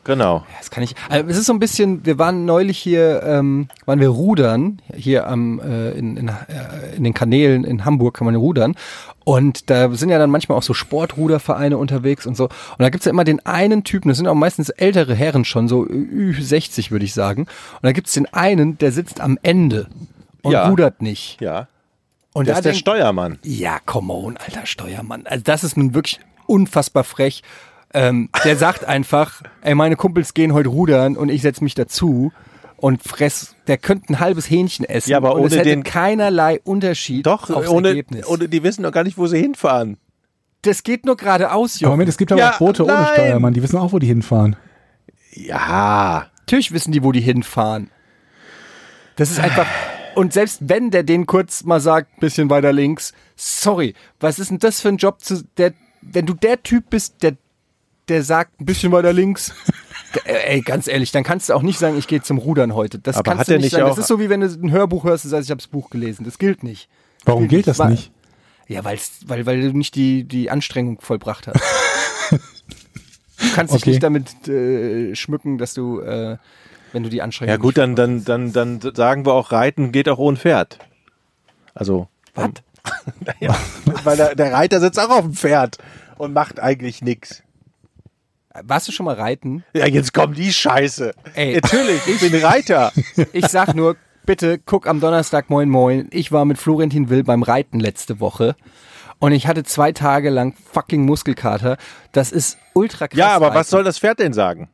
Genau.
Ja, das kann ich. Also es ist so ein bisschen, wir waren neulich hier, waren wir rudern, hier in den Kanälen in Hamburg kann man rudern. Und da sind ja dann manchmal auch so Sportrudervereine unterwegs und so. Und da gibt's ja immer den einen Typen, das sind auch meistens ältere Herren schon, so Ü60 würde ich sagen. Und da gibt's den einen, der sitzt am Ende und rudert nicht.
Ja.
Und
der ist der Steuermann.
Ja, come on, alter Steuermann. Also das ist nun wirklich unfassbar frech. Der sagt einfach, ey, meine Kumpels gehen heute rudern und ich setze mich dazu und der könnte ein halbes Hähnchen essen.
Ja, aber
und
ohne
es hätte
den
keinerlei Unterschied aufs Ergebnis.
Ohne, die wissen doch gar nicht, wo sie hinfahren.
Das geht nur geradeaus, Junge.
Aber Moment, es gibt aber auch Boote ohne Steuermann, die wissen auch, wo die hinfahren.
Ja.
Natürlich wissen die, wo die hinfahren. Das ist einfach... Und selbst wenn der den kurz mal sagt, bisschen weiter links, sorry, was ist denn das für ein Job, wenn du der Typ bist, der sagt, ein bisschen weiter links, ey, ganz ehrlich, dann kannst du auch nicht sagen, ich gehe zum Rudern heute. Das
aber
kannst du nicht sagen. Das ist so, wie wenn du ein Hörbuch hörst und sagst, ich habe das Buch gelesen. Das gilt nicht.
Warum gilt das nicht?
Ja, weil du nicht die Anstrengung vollbracht hast. Du kannst dich nicht damit schmücken, dass du, wenn du die Anstrengung
Ja gut, dann sagen wir auch, Reiten geht auch ohne Pferd. Also.
Was?
Ja, weil der Reiter sitzt auch auf dem Pferd und macht eigentlich nichts.
Warst du schon mal reiten?
Ja, jetzt kommt die Scheiße.
Ey,
natürlich, ich bin Reiter.
Ich sag nur, bitte guck am Donnerstag Moin Moin. Ich war mit Florentin Will beim Reiten letzte Woche und ich hatte 2 Tage lang fucking Muskelkater. Das ist ultra krass.
Ja, aber
Reiten.
was soll das Pferd denn sagen?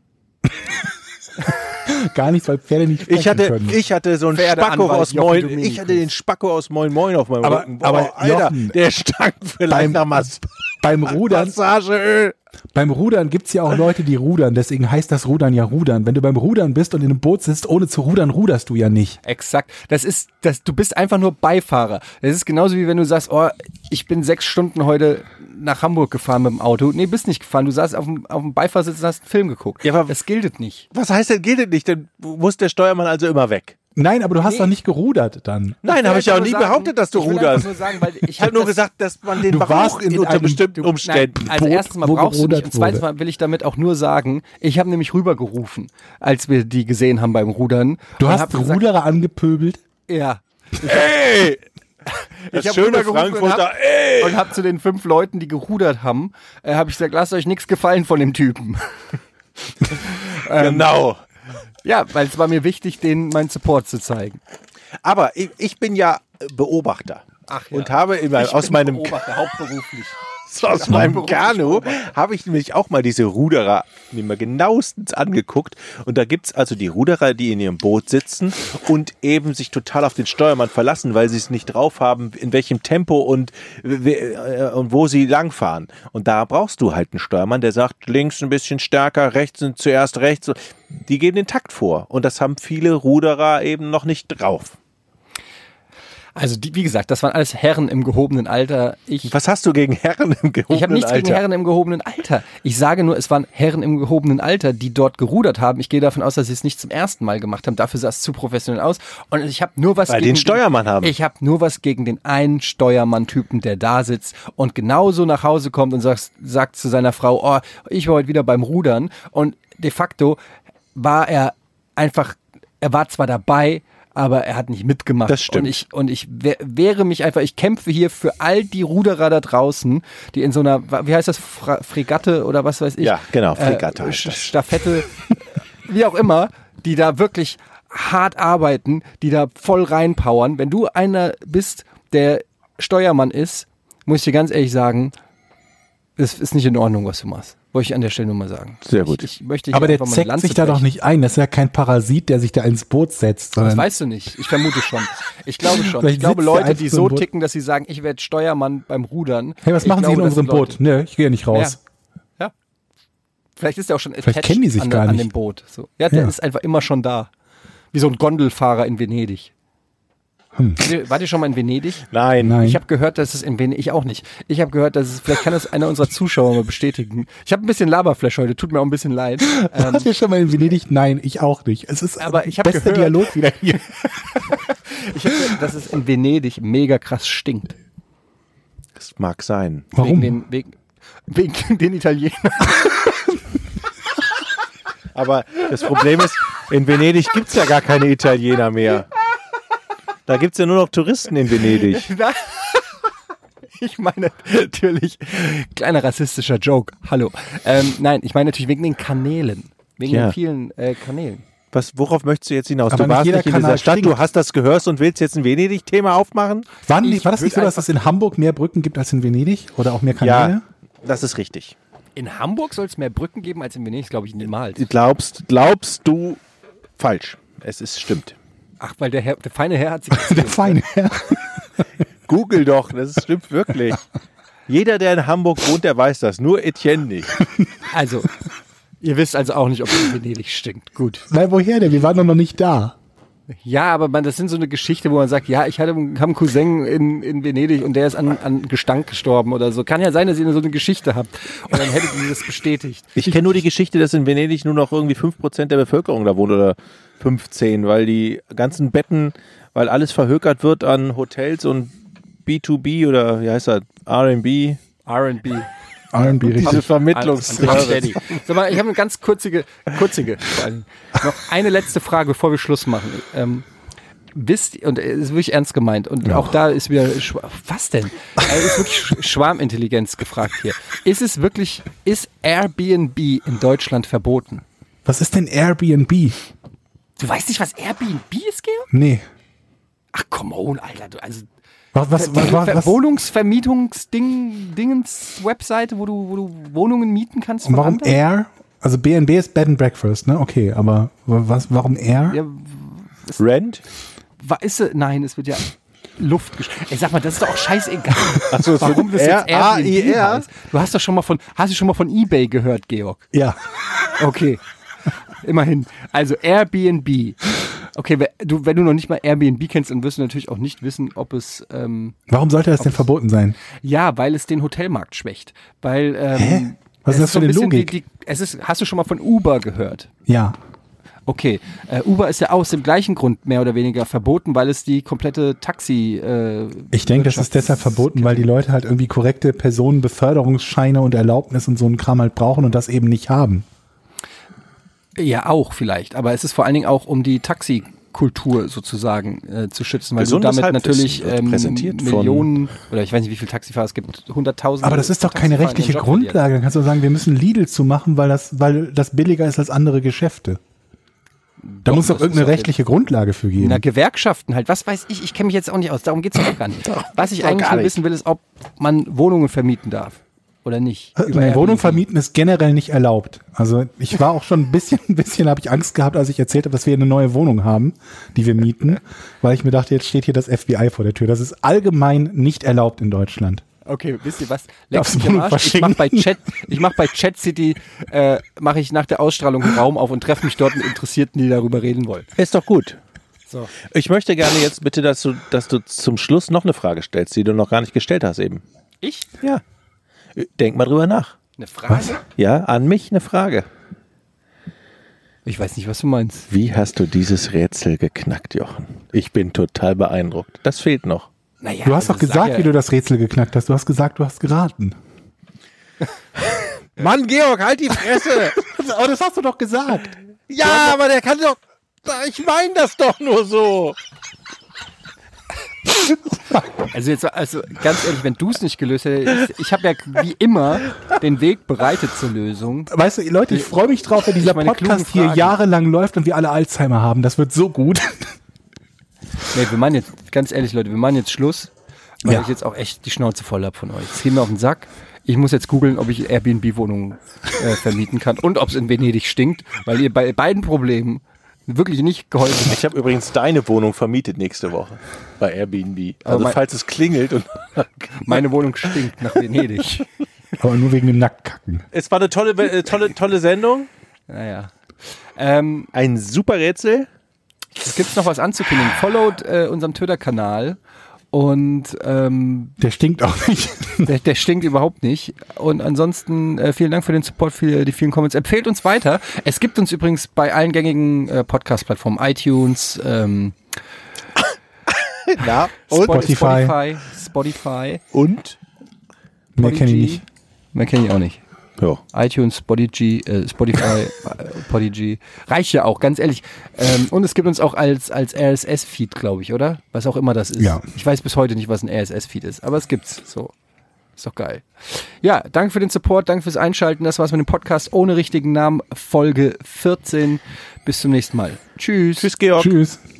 Gar nichts, weil Pferde nicht sprechen können.
Ich hatte so einen Spacko aus Moin. Ich hatte den Spacko aus Moin Moin auf meinem Rücken. Boah, aber Alter,
Jochen,
der stank vielleicht nach
beim Rudern.
Massageöl.
Beim Rudern gibt's ja auch Leute, die rudern. Deswegen heißt das Rudern ja Rudern. Wenn du beim Rudern bist und in einem Boot sitzt, ohne zu rudern, ruderst du ja nicht.
Exakt. Du bist einfach nur Beifahrer. Das ist genauso wie wenn du sagst, oh, ich bin 6 Stunden heute nach Hamburg gefahren mit dem Auto. Nee, bist nicht gefahren. Du saßt auf dem Beifahrersitz und hast einen Film geguckt.
Ja, aber
das gilt nicht.
Was heißt denn, gilt nicht? Dann muss der Steuermann also immer weg.
Nein, aber du hast doch nicht gerudert dann.
Nein, habe ich ja auch nie behauptet, dass du ruderst.
Ich
habe nur gesagt, dass man den braucht unter bestimmten Umständen.
Also erstens mal brauchst du nicht und zweitens mal will ich damit auch nur sagen, ich habe nämlich rübergerufen, als wir die gesehen haben beim Rudern.
Du hast Ruderer angepöbelt?
Ja.
Ey!
Ich habe schöne Frankfurter, und hab zu den 5 Leuten, die gerudert haben, habe ich gesagt, lasst euch nichts gefallen von dem Typen.
Genau.
Ja, weil es war mir wichtig, denen meinen Support zu zeigen.
Aber ich bin ja Beobachter.
Ach ja.
Und habe aus meinem
Beobachter, hauptberuflich.
Aus meinem Kanu habe ich nämlich auch mal diese Ruderer mir mal genauestens angeguckt. Und da gibt's also die Ruderer, die in ihrem Boot sitzen und eben sich total auf den Steuermann verlassen, weil sie es nicht drauf haben, in welchem Tempo und wo sie langfahren. Und da brauchst du halt einen Steuermann, der sagt, links ein bisschen stärker, rechts sind zuerst rechts. Die geben den Takt vor. Und das haben viele Ruderer eben noch nicht drauf.
Also wie gesagt, das waren alles Herren im gehobenen Alter.
Was hast du gegen Herren im gehobenen Alter?
Ich habe nichts gegen Herren im gehobenen Alter. Ich sage nur, es waren Herren im gehobenen Alter, die dort gerudert haben. Ich gehe davon aus, dass sie es nicht zum ersten Mal gemacht haben. Dafür sah es zu professionell aus. Und ich habe nur was
gegen den Steuermann haben.
Ich habe nur was gegen den einen Steuermann-Typen, der da sitzt und genauso nach Hause kommt und sagt zu seiner Frau, oh, ich war heute wieder beim Rudern. Und de facto war er war zwar dabei, aber er hat nicht mitgemacht.
Das stimmt.
Und ich wehre mich einfach, ich kämpfe hier für all die Ruderer da draußen, die in so einer, wie heißt das, Fregatte oder was weiß ich?
Ja, genau, Fregatte.
Staffette, wie auch immer, die da wirklich hart arbeiten, die da voll reinpowern. Wenn du einer bist, der Steuermann ist, muss ich dir ganz ehrlich sagen, das ist nicht in Ordnung, was du machst. Wollte ich an der Stelle nur mal sagen.
Sehr gut.
Ich möchte
aber der zeckt sich da doch nicht ein. Das ist ja kein Parasit, der sich da ins Boot setzt.
Das weißt du nicht. Ich vermute schon. Ich glaube schon. Ich glaube Leute, die so ticken, dass sie sagen, ich werde Steuermann beim Rudern.
Hey, was machen Sie in unserem Boot? Nö, ich gehe nicht raus.
Ja. Vielleicht ist er auch schon
Vielleicht kennen die sich gar nicht
an dem Boot. So. Ja, der ist einfach immer schon da. Wie so ein Gondelfahrer in Venedig. Wart ihr schon mal in Venedig?
Nein.
Ich habe gehört, dass es in Venedig, ich auch nicht. Ich habe gehört, dass es, vielleicht kann das einer unserer Zuschauer mal bestätigen. Ich habe ein bisschen Laberflash heute, tut mir auch ein bisschen leid.
Wart ihr schon mal in Venedig? Nein, ich auch nicht. Es ist
aber ich
der beste
gehört,
Dialog wieder hier.
Ich habe gehört, dass es in Venedig mega krass stinkt.
Das mag sein.
Warum?
Wegen den Italienern.
Aber das Problem ist, in Venedig gibt es ja gar keine Italiener mehr. Da gibt es ja nur noch Touristen in Venedig.
Ich meine natürlich, kleiner rassistischer Joke, hallo. Nein, ich meine natürlich wegen den Kanälen. Wegen den vielen Kanälen.
Worauf möchtest du jetzt hinaus?
Aber
du warst nicht in dieser Stadt,
stinkt.
du hast das gehört und willst jetzt ein Venedig-Thema aufmachen?
War das nicht so, dass es in Hamburg mehr Brücken gibt als in Venedig? Oder auch mehr Kanäle?
Ja, das ist richtig.
In Hamburg soll es mehr Brücken geben als in Venedig, glaube ich, niemals.
Glaubst du falsch. Stimmt.
Ach, weil der feine Herr hat sich...
Der feine Herr.
Google doch, das stimmt wirklich. Jeder, der in Hamburg wohnt, der weiß das. Nur Etienne nicht.
Also, ihr wisst also auch nicht, ob es in Venedig stinkt. Gut.
Weil woher denn? Wir waren doch noch nicht da.
Ja, aber das sind so eine Geschichte, wo man sagt, ja, ich habe einen Cousin in Venedig und der ist an Gestank gestorben oder so. Kann ja sein, dass ihr so eine Geschichte habt. Und dann hättet ihr das bestätigt.
Ich kenne nur die Geschichte, dass in Venedig nur noch irgendwie 5% der Bevölkerung da wohnt oder 15, weil die ganzen Betten, weil alles verhökert wird an Hotels und B2B oder wie heißt das? R&B.
R&B.
R&B, richtig.
Diese Vermittlungsservice.
Sag mal, ich habe eine ganz kurzige, noch eine letzte Frage, bevor wir Schluss machen. Wisst ihr, und es ist wirklich ernst gemeint, und auch da ist wieder, was denn? Es ist wirklich Schwarmintelligenz gefragt hier. Ist Airbnb in Deutschland verboten?
Was ist denn Airbnb?
Du weißt nicht, was Airbnb ist, Georg?
Nee.
Ach, come on, Alter. Also,
Was?
Wohnungsvermietungs-Dingens-Webseite, wo du Wohnungen mieten kannst.
Und warum Air? Also BNB ist Bed and Breakfast, ne? Okay, aber warum Air?
Ja,
Rent?
Nein, es wird ja Luft Ich sag mal, das ist doch auch scheißegal.
Achso,
warum das jetzt Airbnb
AIR?
heißt. Hast du schon mal von eBay gehört, Georg?
Ja.
Okay. Immerhin. Also Airbnb. Okay, wenn du noch nicht mal Airbnb kennst, dann wirst du natürlich auch nicht wissen, ob es...
Warum sollte das denn verboten sein?
Ja, weil es den Hotelmarkt schwächt. Weil...
Hä? Was ist das für eine Logik?
Hast du schon mal von Uber gehört?
Ja.
Okay, Uber ist ja aus dem gleichen Grund mehr oder weniger verboten, weil es die komplette Taxi...
ich denke, das ist deshalb verboten, weil die Leute halt irgendwie korrekte Personenbeförderungsscheine und Erlaubnis und so einen Kram halt brauchen und das eben nicht haben.
Ja, auch vielleicht. Aber es ist vor allen Dingen auch, um die Taxikultur sozusagen zu schützen, weil
Gesundes
du damit natürlich Millionen, oder ich weiß nicht, wie viele Taxifahrer es gibt, 100.000.
Aber das ist doch keine rechtliche Grundlage. Dann kannst du sagen, wir müssen Lidl zumachen, weil das billiger ist als andere Geschäfte. Da muss doch irgendeine rechtliche Grundlage für geben.
Na, Gewerkschaften halt. Was weiß ich? Ich kenne mich jetzt auch nicht aus. Darum geht es doch gar nicht. Was ich eigentlich nur wissen will, ist, ob man Wohnungen vermieten darf. Oder nicht?
Eine Wohnung vermieten ist generell nicht erlaubt. Also ich war auch schon ein bisschen habe ich Angst gehabt, als ich erzählt habe, dass wir eine neue Wohnung haben, die wir mieten, weil ich mir dachte, jetzt steht hier das FBI vor der Tür. Das ist allgemein nicht erlaubt in Deutschland.
Okay, wisst ihr was? Ich mach bei Chat City, mache ich nach der Ausstrahlung einen Raum auf und treffe mich dort mit Interessierten, die darüber reden wollen.
Ist doch gut.
So.
Ich möchte gerne jetzt bitte, dass du zum Schluss noch eine Frage stellst, die du noch gar nicht gestellt hast eben.
Ich?
Ja. Denk mal drüber nach.
Eine Frage?
Was?
Ja, an mich eine Frage.
Ich weiß nicht, was du meinst.
Wie hast du dieses Rätsel geknackt, Jochen? Ich bin total beeindruckt. Das fehlt noch.
Naja,
Du hast doch gesagt, wie du das Rätsel geknackt hast. Du hast gesagt, du hast geraten.
Mann, Georg, halt die Fresse!
Aber das hast du doch gesagt.
Ja, aber der kann doch... Ich meine das doch nur so.
Also ganz ehrlich, wenn du es nicht gelöst hättest, ich habe ja wie immer den Weg bereitet zur Lösung.
Weißt du, Leute, ich freue mich drauf, wenn dieser Podcast hier jahrelang läuft und wir alle Alzheimer haben. Das wird so gut.
Nee, wir machen jetzt, ganz ehrlich, Leute, wir machen jetzt Schluss, weil ich jetzt auch echt die Schnauze voll habe von euch. Es geht mir auf den Sack. Ich muss jetzt googeln, ob ich Airbnb-Wohnungen vermieten kann und ob es in Venedig stinkt, weil ihr bei beiden Problemen wirklich nicht geholfen habt.
Ich habe übrigens deine Wohnung vermietet nächste Woche bei Airbnb. Also falls es klingelt und
meine Wohnung stinkt nach Venedig.
Aber nur wegen dem Nacktkacken.
Es war eine tolle Sendung.
Naja.
Ein super Rätsel.
Es gibt noch was anzukündigen. Followt unserem Twitter-Kanal und
der stinkt auch nicht.
Der stinkt überhaupt nicht. Und ansonsten vielen Dank für den Support, für die vielen Comments. Empfehlt uns weiter. Es gibt uns übrigens bei allen gängigen Podcast-Plattformen, iTunes,
ja, und
Spotify
und
mehr kenne ich nicht.
Mehr kenne ich auch nicht.
Ja.
iTunes, Spotify, Podigy. Reicht ja auch, ganz ehrlich. Und es gibt uns auch als RSS-Feed, glaube ich, oder? Was auch immer das ist.
Ja.
Ich weiß bis heute nicht, was ein RSS-Feed ist, aber es gibt's so. Ist doch geil. Ja, danke für den Support, danke fürs Einschalten. Das war's mit dem Podcast ohne richtigen Namen, Folge 14. Bis zum nächsten Mal. Tschüss.
Tschüss, Georg.
Tschüss.